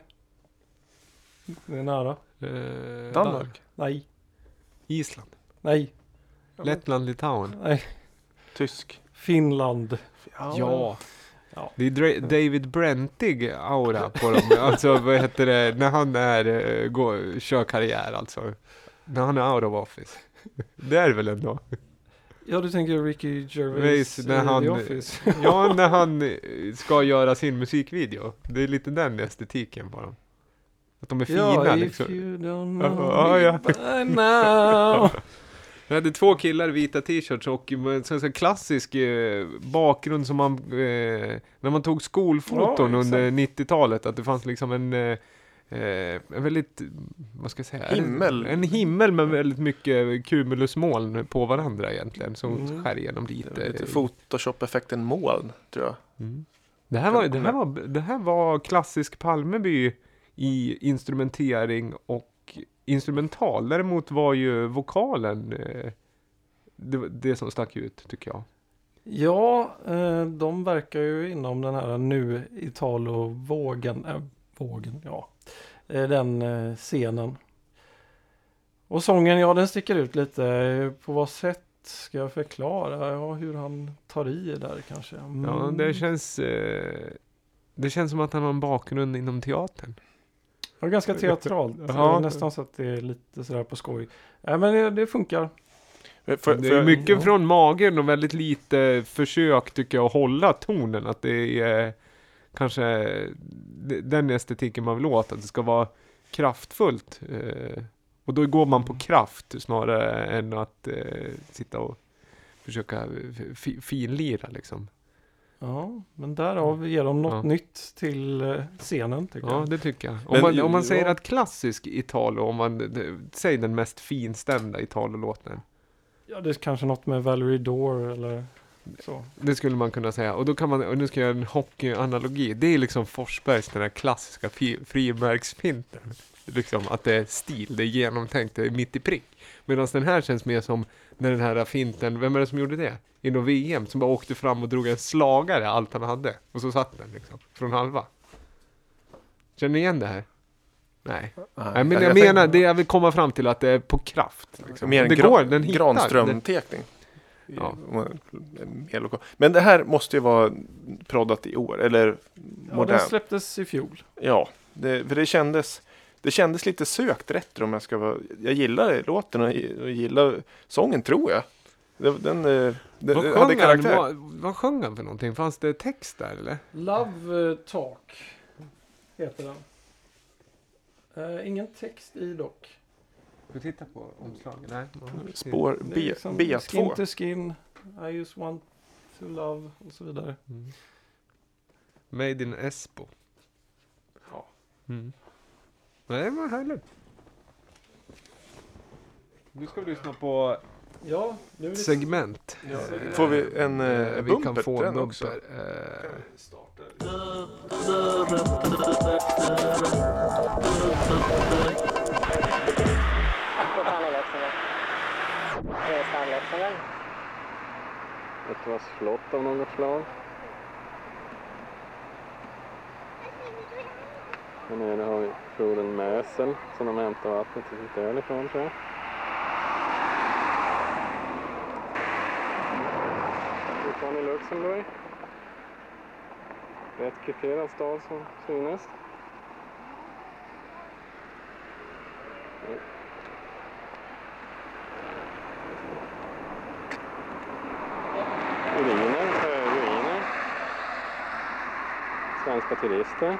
Det är nära. Eh, Danmark. Nej. Island. Nej. Lettland, Litauen. Nej. Tysk. Finland. Ja. Ja. Det är Dra- David Brentig aura på dem. Alltså vad heter det? När han är, uh, går, kör karriär alltså. När han är out of office. Det är det väl ändå. Ja, du tänker Ricky Gervais Vis, när i han, The Office. ja, när han eh, ska göra sin musikvideo. Det är lite den estetiken på dem. Att de är fina Ja, liksom. if you don't know Ja, ja. me by now. Jag hade två killar i vita t-shirts och med en sån här klassisk eh, bakgrund som man, eh, när man tog skolfoton Ja, under exakt. nittiotalet, att det fanns liksom en, eh, eh, en väldigt, vad ska jag säga? Himmel. En, en himmel med väldigt mycket cumulusmoln på varandra egentligen, som Mm. skär igenom lite. Lite Photoshop-effekten moln, tror jag. Mm. Det, här var, det, här var, det här var klassisk Palmeby i instrumentering och instrumental. Däremot var ju vokalen eh, det, det som stack ut, tycker jag. Ja, eh, de verkar ju inom den här nu Italo-vågen. Äh, vågen, ja. Eh, den eh, scenen. Och sången, ja, den sticker ut lite. På vad sätt ska jag förklara? Ja, hur han tar i där kanske. Mm. Ja, det känns eh, det känns som att han har en bakgrund inom teatern. Ja, ganska teatralt. Ja. Eh, Nästan så att det är lite sådär på skoj. Nej, men det, det funkar. För, för, Det är mycket ja. från magen och väldigt lite försök, tycker jag, att hålla tonen. Att det är eh, kanske d- den estetiken man vill åt. Att det ska vara kraftfullt. Eh, och då går man på kraft snarare än att eh, sitta och försöka fi- finlira liksom. Ja, men därav ger de något Ja. nytt till eh, scenen, tycker Ja, jag. det tycker jag. Om Men man, ju- om man säger ja. att klassisk Italo, om man d- säger den mest finstämda Italo-låten. Ja, det är kanske något med Valerie Dore eller så. Det skulle man kunna säga. Och då kan man, och nu ska jag göra en hockey-analogi. Det är liksom Forsbergs, den där klassiska fi- frimärksfinten. liksom, att det är stil, det är genomtänkt, det är mitt i prick. Medan den här känns mer som när den här finten, vem är det som gjorde det? I någon V M som bara åkte fram och drog en slagare allt han hade. Och så satt den liksom, från halva. Känner ni igen det här? Nej. Nej, Nej, men jag jag, tänkte- menar, det jag vill komma fram till att det är på kraft. Liksom. Mer en det gra- går, den hittar. Granström-tekning. Ja. Mer lokal. Men det här måste ju vara proddat i år, eller Ja, den modernt. släpptes i fjol. Ja, det, för det kändes, det kändes lite sökt retro om jag ska vara. Jag gillar låten och, och gillar sången, tror jag. Den, den, eh, den Vad hade sjöng, han, karaktär. vad, vad sjöng han för någonting? Fanns det text där eller? Love eh, Talk heter den. Eh, ingen text i dock. Du tittar på omslaget? Nej. Spår Det är B, liksom B Skin två. to skin, I just want to love och så vidare. Mm. Made in Espo. Ja. Mm. Nej, vad härligt. Nu ska vi lyssna på Ja, nu är det segment. Ja, Eh, får vi en eh, eh, vi bumper kan få till en den bumper. också? Eh, Ett vass flott av något slag. Här nere har vi floden Mäsel som de hämtar vattnet till sitt öl ifrån, tror jag. Fortfarande i Luxemburg. Rätt kuperad stad som synes. Ja. Ruiner, ruiner. Svenska turister.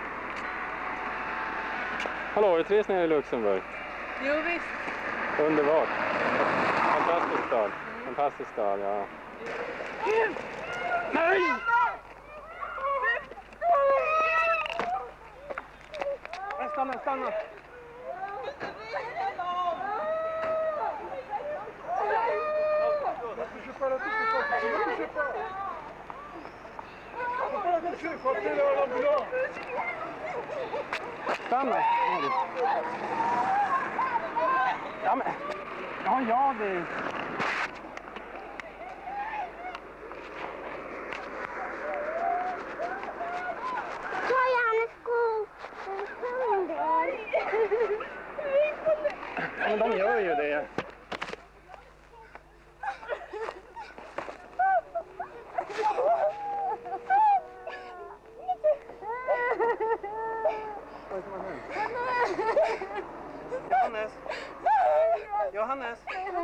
Hallå, har du trivs nere i Luxemburg? Jo visst. Underbart. Fantastisk stad. Fantastisk stad, ja. Nej! Stanna, stanna. Stanna. Ja, men. Ja, ja, det... Ja, men de gör ju det. Johannes. Johannes.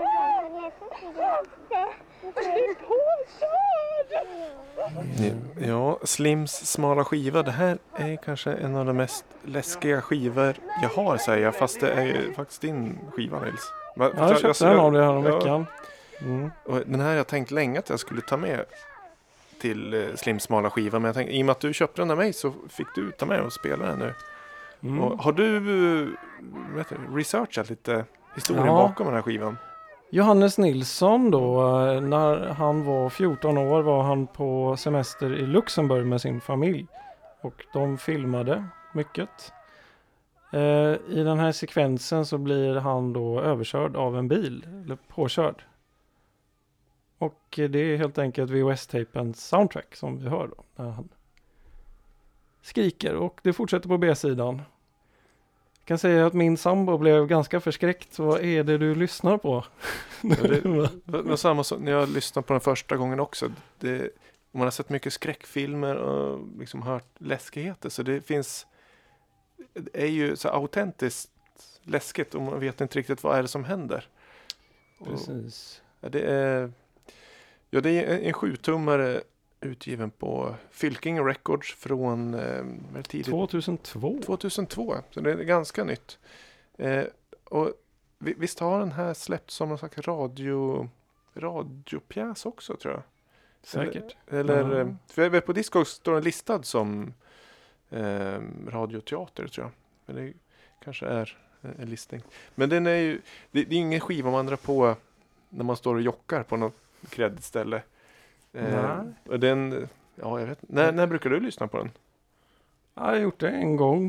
Ja, Slims smala skiva. Det här är kanske en av de mest läskiga skivor jag har, säger jag. Fast det är ju faktiskt din skiva, Nils. Men- Ja, jag köpte den av dig här om Ja. veckan. Mm. Och den här har jag tänkt länge att jag skulle ta med till eh, Slims smala skiva. Men jag tänkte, i och med att du köpte den av mig så fick du ta med och spela den nu. Mm. Och har du eh, vet du, researchat lite historien Ja. bakom den här skivan? Johannes Nilsson då, eh, när han var fjorton år var han på semester i Luxemburg med sin familj. Och de filmade mycket. Eh, I den här sekvensen så blir han då överkörd av en bil, eller påkörd. Och eh, det är helt enkelt V H S-tejpens soundtrack som vi hör då, när han skriker. Och det fortsätter på B-sidan. Jag kan säga att min sambo blev ganska förskräckt. Vad är det du lyssnar på? Ja, det det var samma som när jag lyssnade på den första gången också. Det, man har sett mycket skräckfilmer och liksom hört läskigheter. Så det finns, det är ju så autentiskt läskigt och man vet inte riktigt vad är det som händer. Och, Precis. ja, det är, ja, det är en, en sjutummare utgiven på Fylking Records från eh, vad är det tidigt? tjugohundratvå. tjugohundratvå, så det är ganska nytt. Eh, och vi- visst har den här släppt som någon slags radio, radiopjäs också, tror jag. Säkert. Eller, Ja. eh, för jag vet på Discogs står den listad som eh, radioteater, tror jag. Men det kanske är en, en listning. Men den är ju, det, det är ingen skiva man drar på när man står och jockar på något kreddigt ställe. Eh, Nej. och den, ja jag vet när, när brukar du lyssna på den? Jag har gjort det en gång.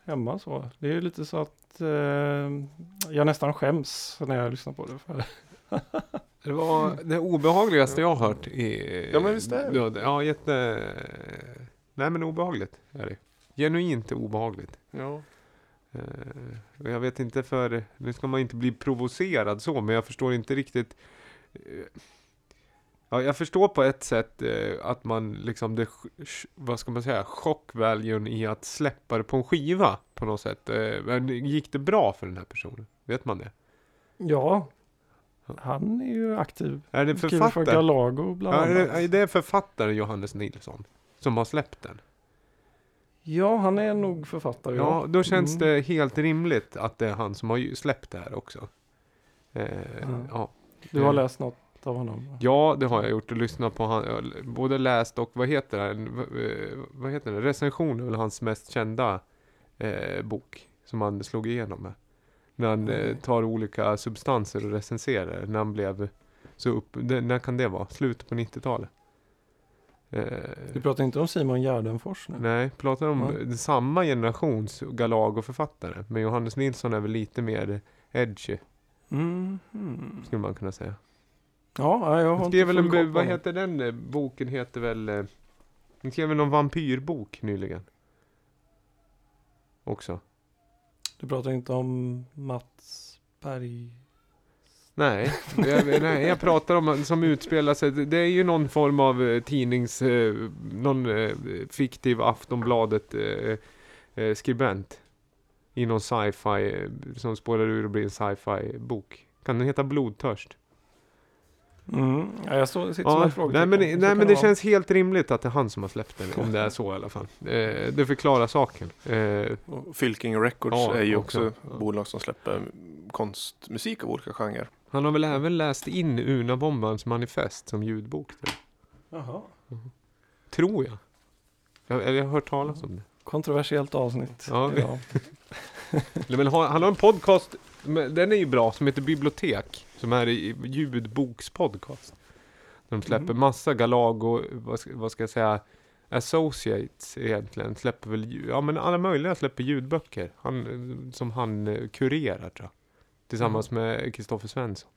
hemma så. Det är ju lite så att eh, jag nästan skäms när jag lyssnar på det. För Det var det obehagligaste jag har hört i... Ja, men visst är det. Ja, det- Ja, jätte... Nej, men obehagligt är det. Genuint obehagligt. Ja. Eh, och jag vet inte för... Nu ska man inte bli provocerad så, men jag förstår inte riktigt... eh, Ja, jag förstår på ett sätt eh, att man liksom... Det, ch- vad ska man säga? Chockvaluen i att släppa det på en skiva på något sätt. Eh, men gick det bra för den här personen? Vet man det? ja, han är ju aktiv. Är det Skriver för författare? Galago bland Ja, är annat. det, är det författaren Johannes Nilsson som har släppt den? Ja, han är nog författare. Ja, då känns Mm. det helt rimligt att det är han som har ju släppt det här också. Eh, Ja. ja. Du har Eh, läst något av honom? Ja, det har jag gjort och lyssnat på han, jag har både läst och vad heter det? V- eh, Vad heter det? Recension är väl hans mest kända eh, bok som han slog igenom med. När han eh, tar olika substanser och recenserar. När han blev så upp, det, när kan det vara? Slutet på nittiotalet. Eh, Du pratar inte om Simon Gärdenfors nu? Nej, pratar om Ja. samma generations Galago-författare. Men Johannes Nilsson är väl lite mer edgy, Mm. Mm. skulle man kunna säga. Ja, nej, jag har Han inte skrev väl en, full koll bo- på vad honom. heter den eh, boken? Heter väl... eh, Han skrev väl någon vampyrbok nyligen. Också. Du pratar inte om Mats Berg? Nej, jag, nej, jag pratar om som utspelar sig. Det det är ju någon form av eh, tidnings... Eh, någon eh, fiktiv Aftonbladet eh, eh, skribent. I någon sci-fi eh, som spårar ur och blir en sci-fi bok. Kan den heta Blodtörst? Mm. Ja, jag står, sitter som Ja, ett frågetecken. nej men, Så nej, kan men det vara. känns helt rimligt att det är han som har släppt den. Om det är så i alla fall. Eh, det förklarar saken. Eh, Och Fylking Records Ja, är ju också. också Ja. bolag som släpper konstmusik av olika genrer. han har väl även läst in Unabombans manifest som ljudbok. Tror jag. Jaha. Tror jag. jag. eller Jag har hört talas om det. Kontroversiellt avsnitt. Ja, vi- Ja. Nej, men ha- han har en podcast, men den är ju bra, som heter Bibliotek. Som är i ljudbokspodcast. Där de släpper Mhm. massa Galago, vad ska, vad ska jag säga, associates egentligen. Släpper väl, ju- ja men alla möjliga släpper ljudböcker. Han, eh, som han eh, kurerar tror jag. Tillsammans med Kristoffer Svensson.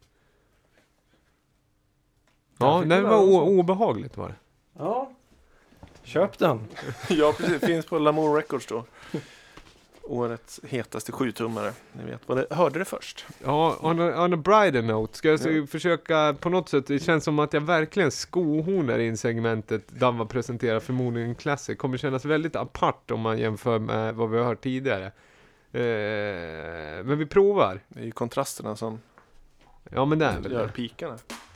Där Ja, fick det vi var lära oss o- något. obehagligt var det. Ja. Köp den. Ja, precis. Finns på Lamour Records då. Årets hetaste sjutummare. Ni vet vad det hörde det först. Ja, on a, on a brighter note ska jag så Ja. försöka på något sätt, det känns som att jag verkligen skohornar in segmentet Damva presenterar förmodligen en classic. Kommer kännas väldigt apart om man jämför med vad vi har hört tidigare. Eh, men vi provar. Det är ju kontrasterna som Ja men det är väl gör det. pikarna.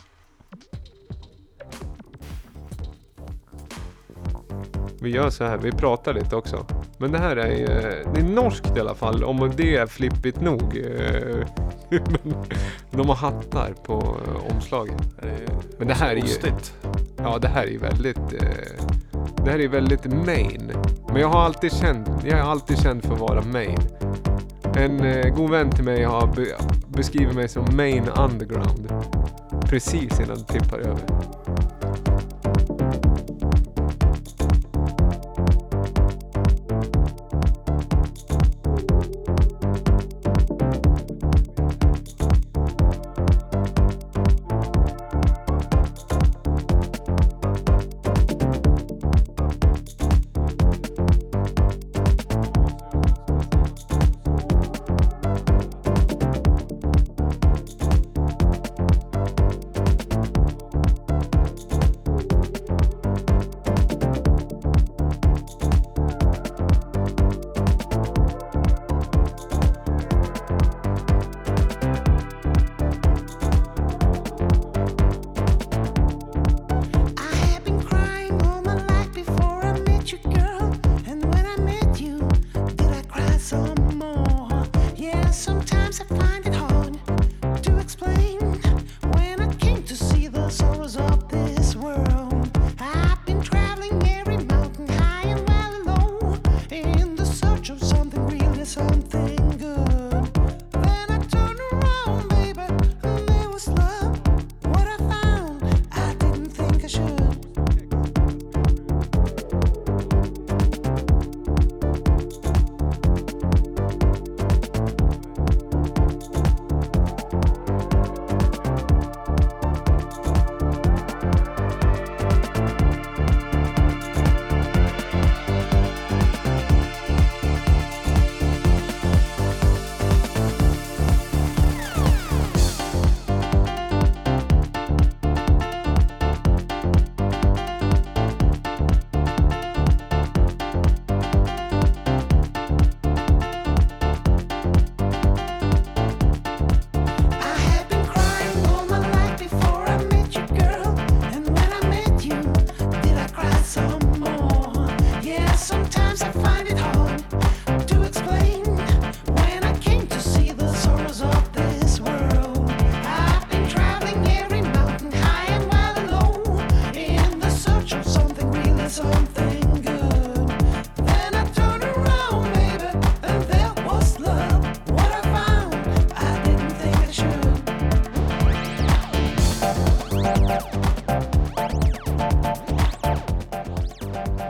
Vi gör så här, vi pratar lite också. Men det här är ju, det är norskt i alla fall, om det är flippigt nog. Eh, men de har hattar på eh, omslaget. Det är Men det här är ju, ostigt. ja det här är ju väldigt, eh, det här är ju väldigt main. Men jag har alltid känt, jag har alltid känt för att vara main. En eh, god vän till mig har be, beskrivit mig som main underground. Precis innan det tippar över.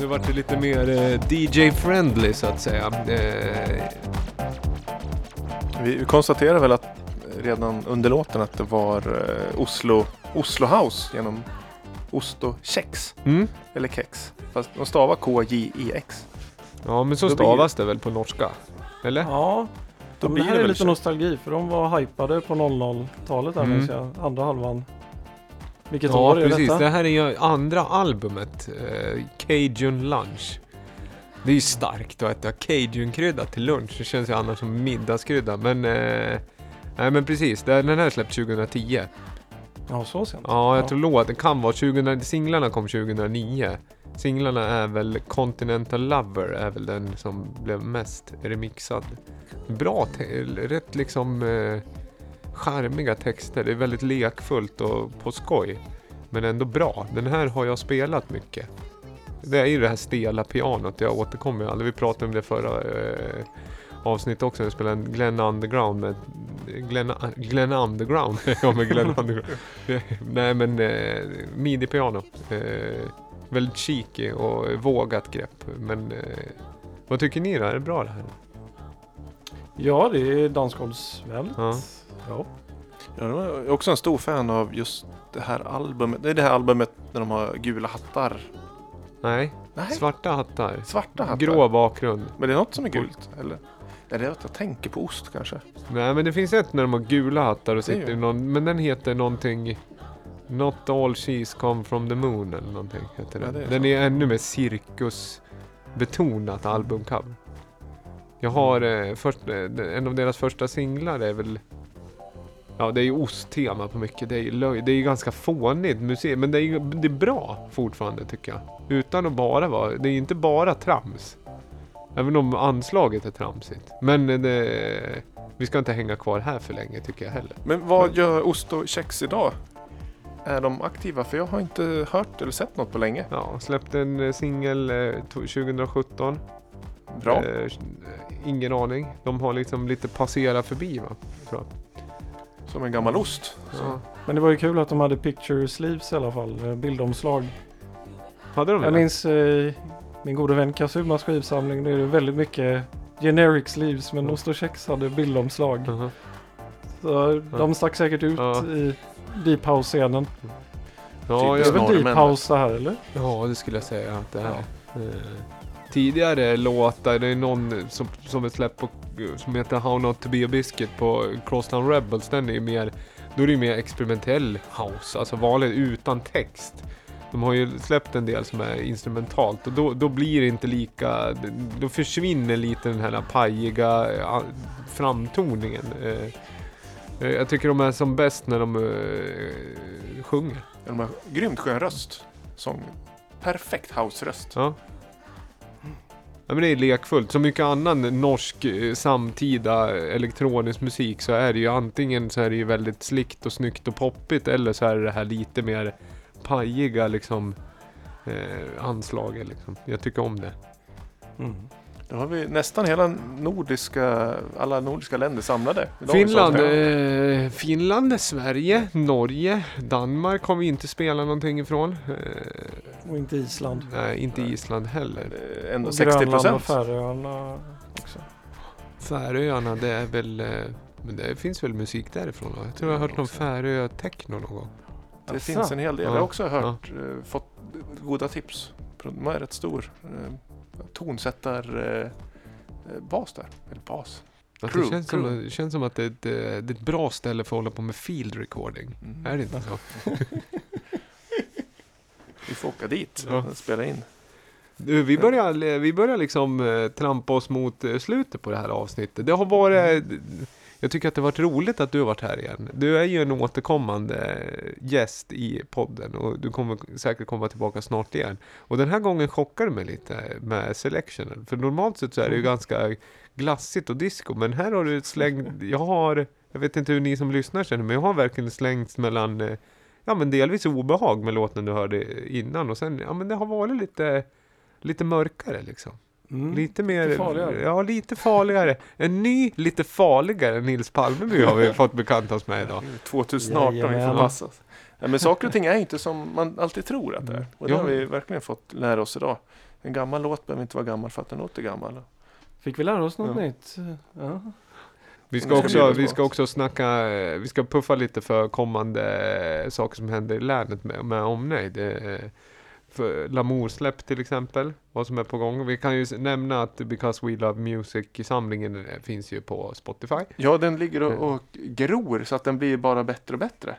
Nu vart det lite mer eh, D J-friendly så att säga. Eh, Vi, vi konstaterar väl att redan under låten att det var eh, Oslo, Oslo House genom Osto Kex. mm. Eller Kex. Fast de stavar K J E X. Ja, men så Då blir- stavas det väl på norska? Eller? Ja, Då men blir det här det är väl lite Kex. nostalgi för de var hypade på noll noll-talet där Mm. minns jag. Andra halvan. Vilket Ja, år är precis. detta? Det här är ju andra albumet. Eh, Cajun Lunch. Det är ju starkt att äta Cajun-krydda till lunch. Det känns ju annars som middagskrydda. Men, eh, nej, men precis. Det- Den här släpptes tjugohundratio. Ja, så sent. Ja, jag Ja. tror låten kan vara tjugohundra. Singlarna kom tjugohundranio. Singlarna är väl Continental Lover är väl den som blev mest remixad. Bra, te- rätt liksom eh, charmiga texter. Det är väldigt lekfullt och på skoj. Men ändå bra. Den här har jag spelat mycket. Det är ju det här stela pianot. Jag återkommer aldrig. Vi pratade om det förra eh, avsnitt också. Jag spelade en Glenn Underground med Glenn, Glenn Underground. ja, med Glenn Underground. Nej, men eh, midi-piano. Eh, väldigt cheeky och vågat grepp. Men eh, vad tycker ni då? Är det bra det här? Ja, det är dansgolvsvänligt. Ja. Ja. Ja, jag är också en stor fan av just det här albumet. Det är det här albumet när de har gula hattar. Nej, Nej, svarta hattar. svarta hattar. Grå bakgrund. Men det är något som är gult, eller? Är det att jag tänker på ost kanske? Nej, men det finns ett när de har gula hattar och Det är sitter ju- i någon, men den heter någonting Not all cheese come from the moon eller någonting heter Ja, den. det är den så. är ännu mer cirkusbetonat albumcover. Jag har eh, först, eh, en av deras första singlar är väl, ja, det är ju osttema på mycket. Det är ju löj, det är ju ganska fånigt musik, men det är ju det är bra fortfarande tycker jag. Utan att bara vara, det är ju inte bara trams. Även om anslaget är tramsigt. Men eh, det, vi ska inte hänga kvar här för länge tycker jag heller. Men vad gör Ost och Kex idag? Är de aktiva? För jag har inte hört eller sett något på länge. Ja, släppte en eh, singel eh, to- tjugosjutton. Bra. Eh, ingen aning. De har liksom lite passerat förbi va? Tror jag. Som en gammal ost. Så. Ja. Men det var ju kul att de hade picture sleeves i alla fall. eh, Bildomslag. Hade de det? Jag minns eh, min gode vän Kazumas skivsamling. Det är det väldigt mycket generic sleeves. Men Mm. Ost och Kex hade bildomslag. Mhm. Så de stack säkert ut Ja. i Deep House-scenen. Ja, Det är Typiskt väl norrmän. Deep House det här eller? ja, det skulle jag säga att det är. Eh, tidigare låtar, det är någon som, som är släppt på, som heter How Not To Be A Biscuit på Crosstown Rebels. Den är ju mer, då är det ju mer experimentell house, alltså vanligt utan text. De har ju släppt en del som är instrumentalt och då, då blir det inte lika, då försvinner lite den här pajiga eh, framtoningen. Eh, eh, jag tycker de är som bäst när de eh, sjunger. De har grymt skön röst. Sång. Perfekt house-röst. Ja. Ja, men det är lekfullt. Så mycket annan norsk eh, samtida elektronisk musik så är det ju antingen så är det ju väldigt slickt och snyggt och poppigt eller så är det det här lite mer pajiga liksom eh, anslaget liksom. Jag tycker om det. Mm. Då har vi nästan hela nordiska, alla nordiska länder samlade. idag, Finland, så att säga. eh, Finland, Sverige, Norge, Danmark har vi inte spelat någonting ifrån. Eh, Och inte Island. nej, inte Island heller. Eh, Ändå Och sextio Grönland och procent. Färöarna också. Färöarna, det är väl, eh, men det finns väl musik därifrån va? Jag tror jag har hört någon Färö-techno någon gång. Det Asså. finns en hel del. Ja. Jag har också hört, eh, fått goda tips. De är rätt stor. Eh, tonsättar eh, eh, bas där. Eller bas. Att Crew, det känns, crew. Som, det känns som att det är, ett, eh, det är ett bra ställe för att hålla på med field recording. Mm. Är det inte så? Vi får åka dit Ja. och spela in. Du, vi börjar, vi börjar liksom eh, trampa oss mot eh, slutet på det här avsnittet. Det har varit, jag tycker att det har varit roligt att du har varit här igen. Du är ju en återkommande gäst i podden och du kommer säkert komma tillbaka snart igen. Och den här gången chockar du mig lite med selectionen. För normalt sett så är det ju ganska glassigt och disco. Men här har du slängt, jag har, jag vet inte hur ni som lyssnar känner, men jag har verkligen slängt mellan, eh, ja men delvis obehag med låten du hörde innan. Och sen, ja men det har varit lite, lite mörkare liksom. Mm. Lite mer, lite farligare. ja lite farligare. En ny, lite farligare Nils Palmeby har vi fått bekanta oss med idag. tvåtusen arton, vi får Jajamän. passa oss. Ja, men saker och ting är inte som man alltid tror att det är. Mm. Och det Ja. har vi verkligen fått lära oss idag. En gammal låt behöver inte vara gammal för att den låter gammal. Fick vi lära oss något Ja. nytt? Ja. Vi Som ska, det ska också, bjudas vi på. ska också snacka, eh, vi ska puffa lite för kommande eh, saker som händer i länet med, med omnejd. Eh, För Lamour släpp till exempel, vad som är på gång. Vi kan ju s- nämna att Because We Love Music-samlingen eh, finns ju på Spotify. Ja, den ligger och, och gror så att den blir bara bättre och bättre.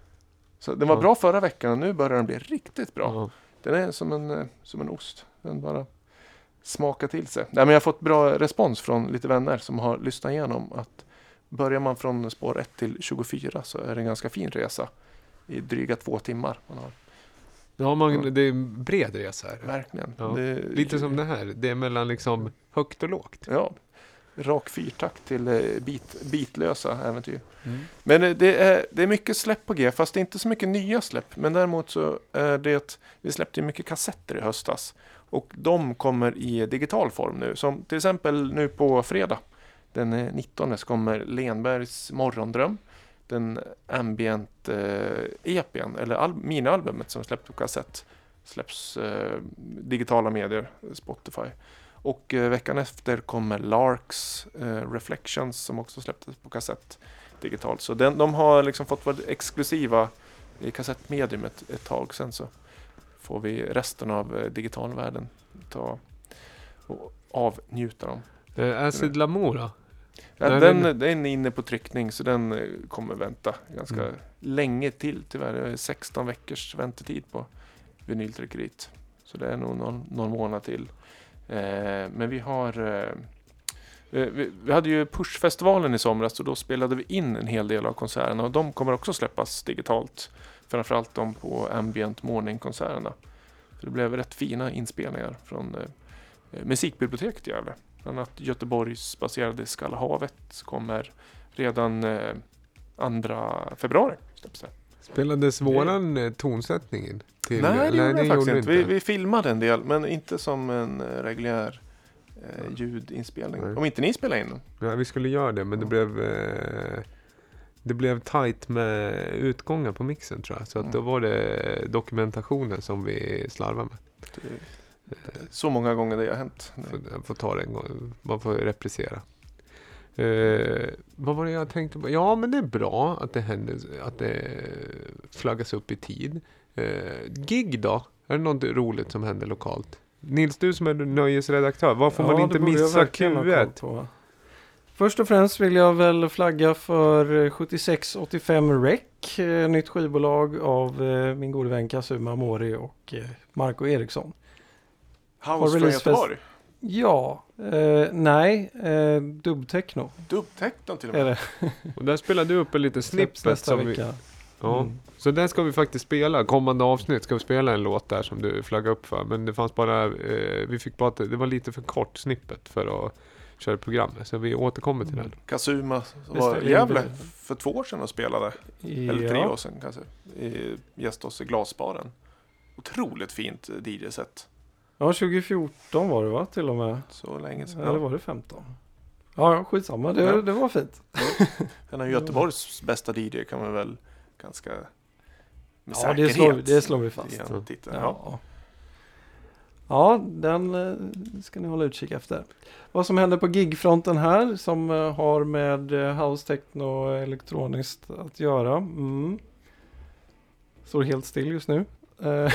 Så den var Ja. bra förra veckan och nu börjar den bli riktigt bra. Ja. Den är som en, eh, som en ost. Den bara smakar till sig. Nej, men jag har fått bra respons från lite vänner som har lyssnat igenom att börjar man från spår ett till tjugofyra så är det en ganska fin resa i dryga två timmar. Man har. Ja, man, Ja. det är en bred resa här. Verkligen. Ja. Det, Lite som det här, det är mellan liksom högt och lågt. Ja, rak fyrtakt till eh, bit, bitlösa äventyr. Mm. Men eh, det är, det är mycket släpp på G, fast det är inte så mycket nya släpp. Men däremot så är det, vi släppte ju mycket kassetter i höstas. Och de kommer i digital form nu. Som till exempel nu på fredag, den eh, nittonde, så kommer Lenbergs Morgondröm. Den ambient eh, E P:n, eller al- minialbumet som släpps på kassett. Släpps eh, digitala medier, Spotify. Och eh, veckan efter kommer Larks eh, Reflections som också släpptes på kassett digitalt. Så den, de har liksom fått vara exklusiva i kassettmediumet ett tag. Sen så får vi resten av eh, digitalvärlden ta och avnjuta dem. Eh, Acid Lamour då? Ja, Nej, den, den- den är inne på tryckning så den eh, kommer vänta ganska Mm. länge till. Tyvärr det är sexton veckors väntetid på vinyltryckeriet. Så det är nog någon, någon månad till. Eh, men vi har eh, vi, vi hade ju Push-festivalen i somras och då spelade vi in en hel del av konserterna och de kommer också släppas digitalt. Framförallt de på Ambient Morning-konserterna. Så det blev rätt fina inspelningar från eh, musikbiblioteket i Gävle. Bland annat Göteborgs baserade Skalla havet kommer redan eh, andra februari. Släpps det. Spelades våran eh, tonsättning in? Till, Nej, det gjorde den jag faktiskt inte. Vi, vi filmade en del, men inte som en eh, reguljär eh, ljudinspelning. Nej. Om inte ni spelar in den. Ja, vi skulle göra det, men det Ja. blev eh, det blev tight med utgångar på mixen tror jag. Så att Mm. då var det dokumentationen som vi slarvade med. Det är så många gånger det har hänt. Får, jag får ta det en gång. Man får reprisera. Eh, vad var det jag tänkte på? Ja, men det är bra att det händer, att det flaggas upp i tid. Eh, gig då? Är det något roligt som händer lokalt? Nils, du som är nöjesredaktör, vad får man Ja, inte det borde jag missa verkligen ha Q ett? koll på. Först och främst vill jag väl flagga för sjuttiosex åttiofem Rec, eh, nytt skivbolag av eh, min gode vän Kazuma Mori och eh, Marco Eriksson. Har House från releasefest- Göteborg. Ja, eh, nej, eh, dubbtechno Dubbtechnon till och är med. det. Och där spelar du upp en liten Släpps snippet nästa som vi, vecka. ja. Mm. Så den ska vi faktiskt spela. Kommande avsnitt ska vi spela en låt där som du flaggar upp för. Men det fanns bara, eh, vi fick bara, det var lite för kort snippet för att köra programmet. Så vi återkommer till den. Kazuma Det var ställer i Gävle in- för två år sedan och spelade. Eller tre Ja. år sedan kanske. I, gästade oss i Glasbaren. Otroligt fint D J-set. ja, tjugo fjorton var det va till och med. Så länge sedan. Eller var det femton? Ja, skitsamma. Det, Ja. det var fint. En av Göteborgs bästa D J kan man väl ganska med Ja, det slår, det slår vi fast. igen titta. Ja. Ja. Ja, den eh, ska ni hålla utkik efter. Vad som händer på gigfronten här som eh, har med eh, house techno och elektroniskt att göra. Mm. Står helt still just nu. Eh,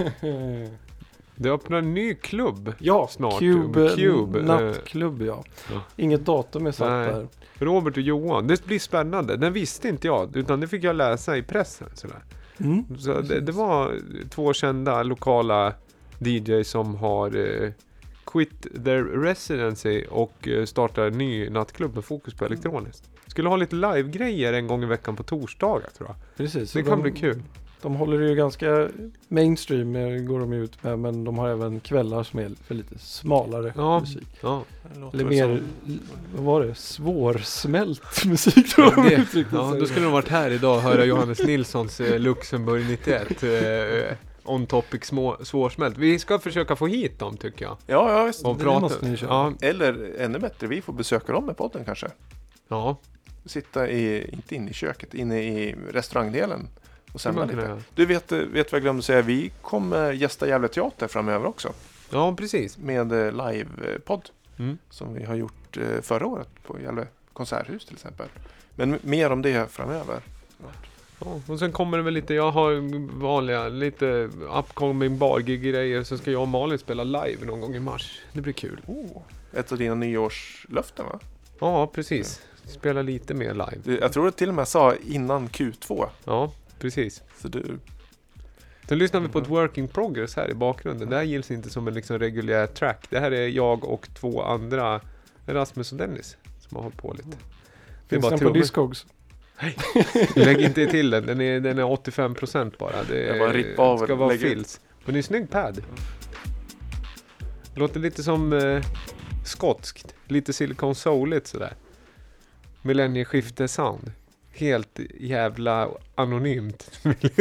Det öppnar en ny klubb. ja, Snart. Cube, Cube, eh, nattklubb ja. ja. Inget datum är satt Nej. där. Robert och Johan. Det blir spännande. Den visste inte jag. Utan det fick jag läsa i pressen. Sådär. Mm. Så det, det var två kända lokala D Js som har eh, quit their residency och eh, startar en ny nattklubb med fokus på elektroniskt. Skulle ha lite live-grejer en gång i veckan på torsdagar tror jag. Precis. Det så kan de, bli kul. De håller det ju ganska mainstream eh, går de ut med, men de har även kvällar som är för lite smalare Ja. musik. Ja. Det låter Eller väl mer, som- vad var det? Svårsmält musik tror jag de Det, uttryckte ja, sig. då skulle de varit här idag och höra Johannes Nilssons eh, Luxemburg nittioett eh, on topic små, svårsmält. Vi ska försöka få hit dem tycker jag. Ja, ja visst. Och Det prata. måste ni köra. Ja, Eller ännu bättre, vi får besöka dem med podden kanske. ja. Sitta i, inte inne i köket, inne i restaurangdelen. och sända man kunna lite. göra. Du vet, vet vad jag glömde säga? Vi kommer gästa Gävle Teater framöver också. Ja, precis. Med eh, live-podd. Mm. Som vi har gjort eh, förra året på Gävle konserthus till exempel. Men m- mer om det framöver. Ja, och sen kommer det väl lite, jag har vanliga, lite upcoming bar-gig-grejer. Så ska jag och Malin spela live någon gång i mars. Det blir kul. Oh, ett av dina nyårslöften, va? Ja, precis. Spela lite mer live. Det- Jag tror det till och med sa innan Q två. Ja, precis. Så du... Sen lyssnar vi på ett working progress här i bakgrunden. Det här gills inte som en liksom reguljär track. Det här är jag och två andra, Rasmus och Dennis, som har hållit på lite. Det är Finns bara den på trummor. Discogs? Lägg inte till den, den är, den är åttiofem procent bara. Det Jag bara rippa av ska och vara lägga ut. fills. Men det är en snygg pad. Låter lite som eh, skotskt. Lite Silicon Souligt sådär. Millennieskifte sound. Helt jävla anonymt.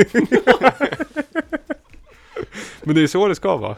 Men det är så det ska vara.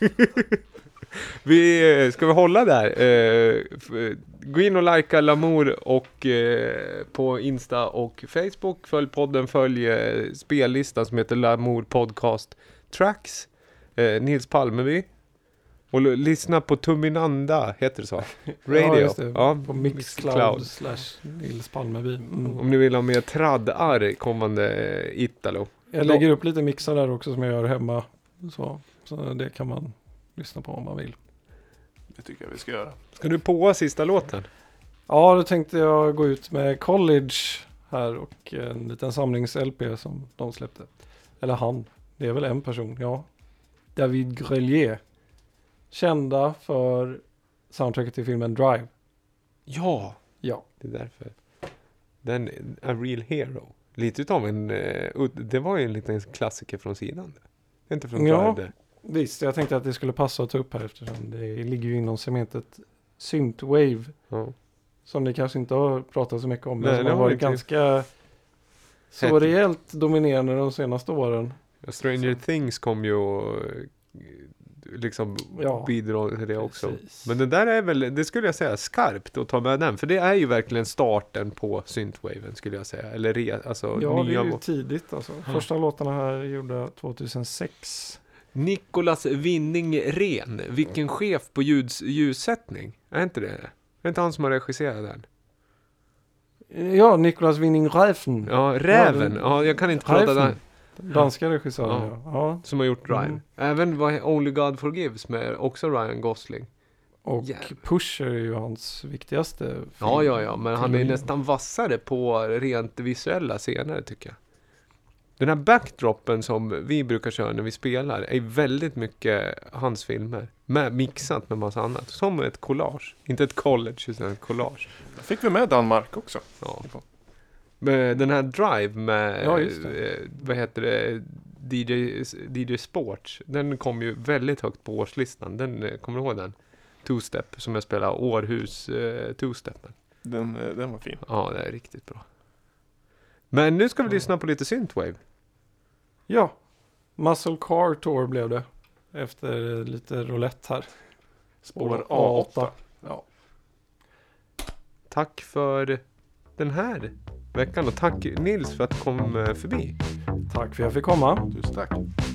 Vi eh, ska vi hålla där. Eh, f- gå in och likea Lamour och eh, på Insta och Facebook. Följ podden, följ eh, spellistan som heter Lamour Podcast Tracks. Eh, Nils Palmeby. Och l- lyssna på Tuminanda, heter det så? Radio. Ja, just det. Ja, På Mixcloud slash Nils Palmeby. Mm. Om ni vill ha mer traddar kommande eh, Italo. Jag lägger upp lite mixar där också som jag gör hemma. Så, så det kan man lyssna på om man vill. Det tycker jag vi ska göra. Ska du på sista låten? Ja, då tänkte jag gå ut med College här och en liten samlings-L P som de släppte. Eller han. Det är väl en person, ja. David Grelier. Kända för soundtracket till filmen Drive. Ja, Ja. det är därför. Den, A Real Hero. Lite utav en, uh, ud- det var ju en liten klassiker från sidan. Det är inte från Ja. Drive det. Visst, jag tänkte att det skulle passa att ta upp här eftersom det ligger ju inom segmentet Synthwave. Ja. Som ni kanske inte har pratat så mycket om. Men Nej, som det har har varit inte. ganska så Hett. rejält dominerande de senaste åren. Stranger Things kom ju och eh, liksom Ja, bidrar till det också. Precis. Men det där är väl, det skulle jag säga, skarpt att ta med den. För det är ju verkligen starten på synthwaven skulle jag säga. Eller re, alltså Ja, det nya är ju mo- tidigt alltså. Första låtarna här är gjorda tjugohundrasex. Nicolas Winning Ren. Vilken chef på ljuds, ljussättning. Är inte det? Är det inte han som har regisserat den? Ja, Nicolas Winning Refn. Ja, Räven. den- Ja, jag kan inte prata Refn. där. Danska regissören, Ja. ja. ja. Som har gjort Drive. Mm. Även vad Only God Forgives med också Ryan Gosling. Och Jävlar. Pusher är ju hans viktigaste film. Ja, ja, ja. Men han är Trilogi. nästan vassare på rent visuella scener tycker jag. Den här backdropen som vi brukar köra när vi spelar är väldigt mycket hans filmer. Med, mixat med massa annat. Som ett collage. Inte ett college, utan ett collage. Då fick vi med Danmark också. Ja. Men den här Drive med, Ja, just det. eh, vad heter det, D J, D J Sports. Den kom ju väldigt högt på årslistan. Den, eh, kommer du ihåg den? Two-step som jag spelar, Århus eh, two-stepen. Den, eh, den var fin. Ja, det är riktigt bra. Men nu ska vi lyssna på lite synthwave. Ja, Muscle Car Tour blev det. Efter lite roulette här. Spår A åtta. Ja. Tack för den här veckan och tack Nils för att du kom eh, förbi. Tack för att jag fick komma. Tusen tack.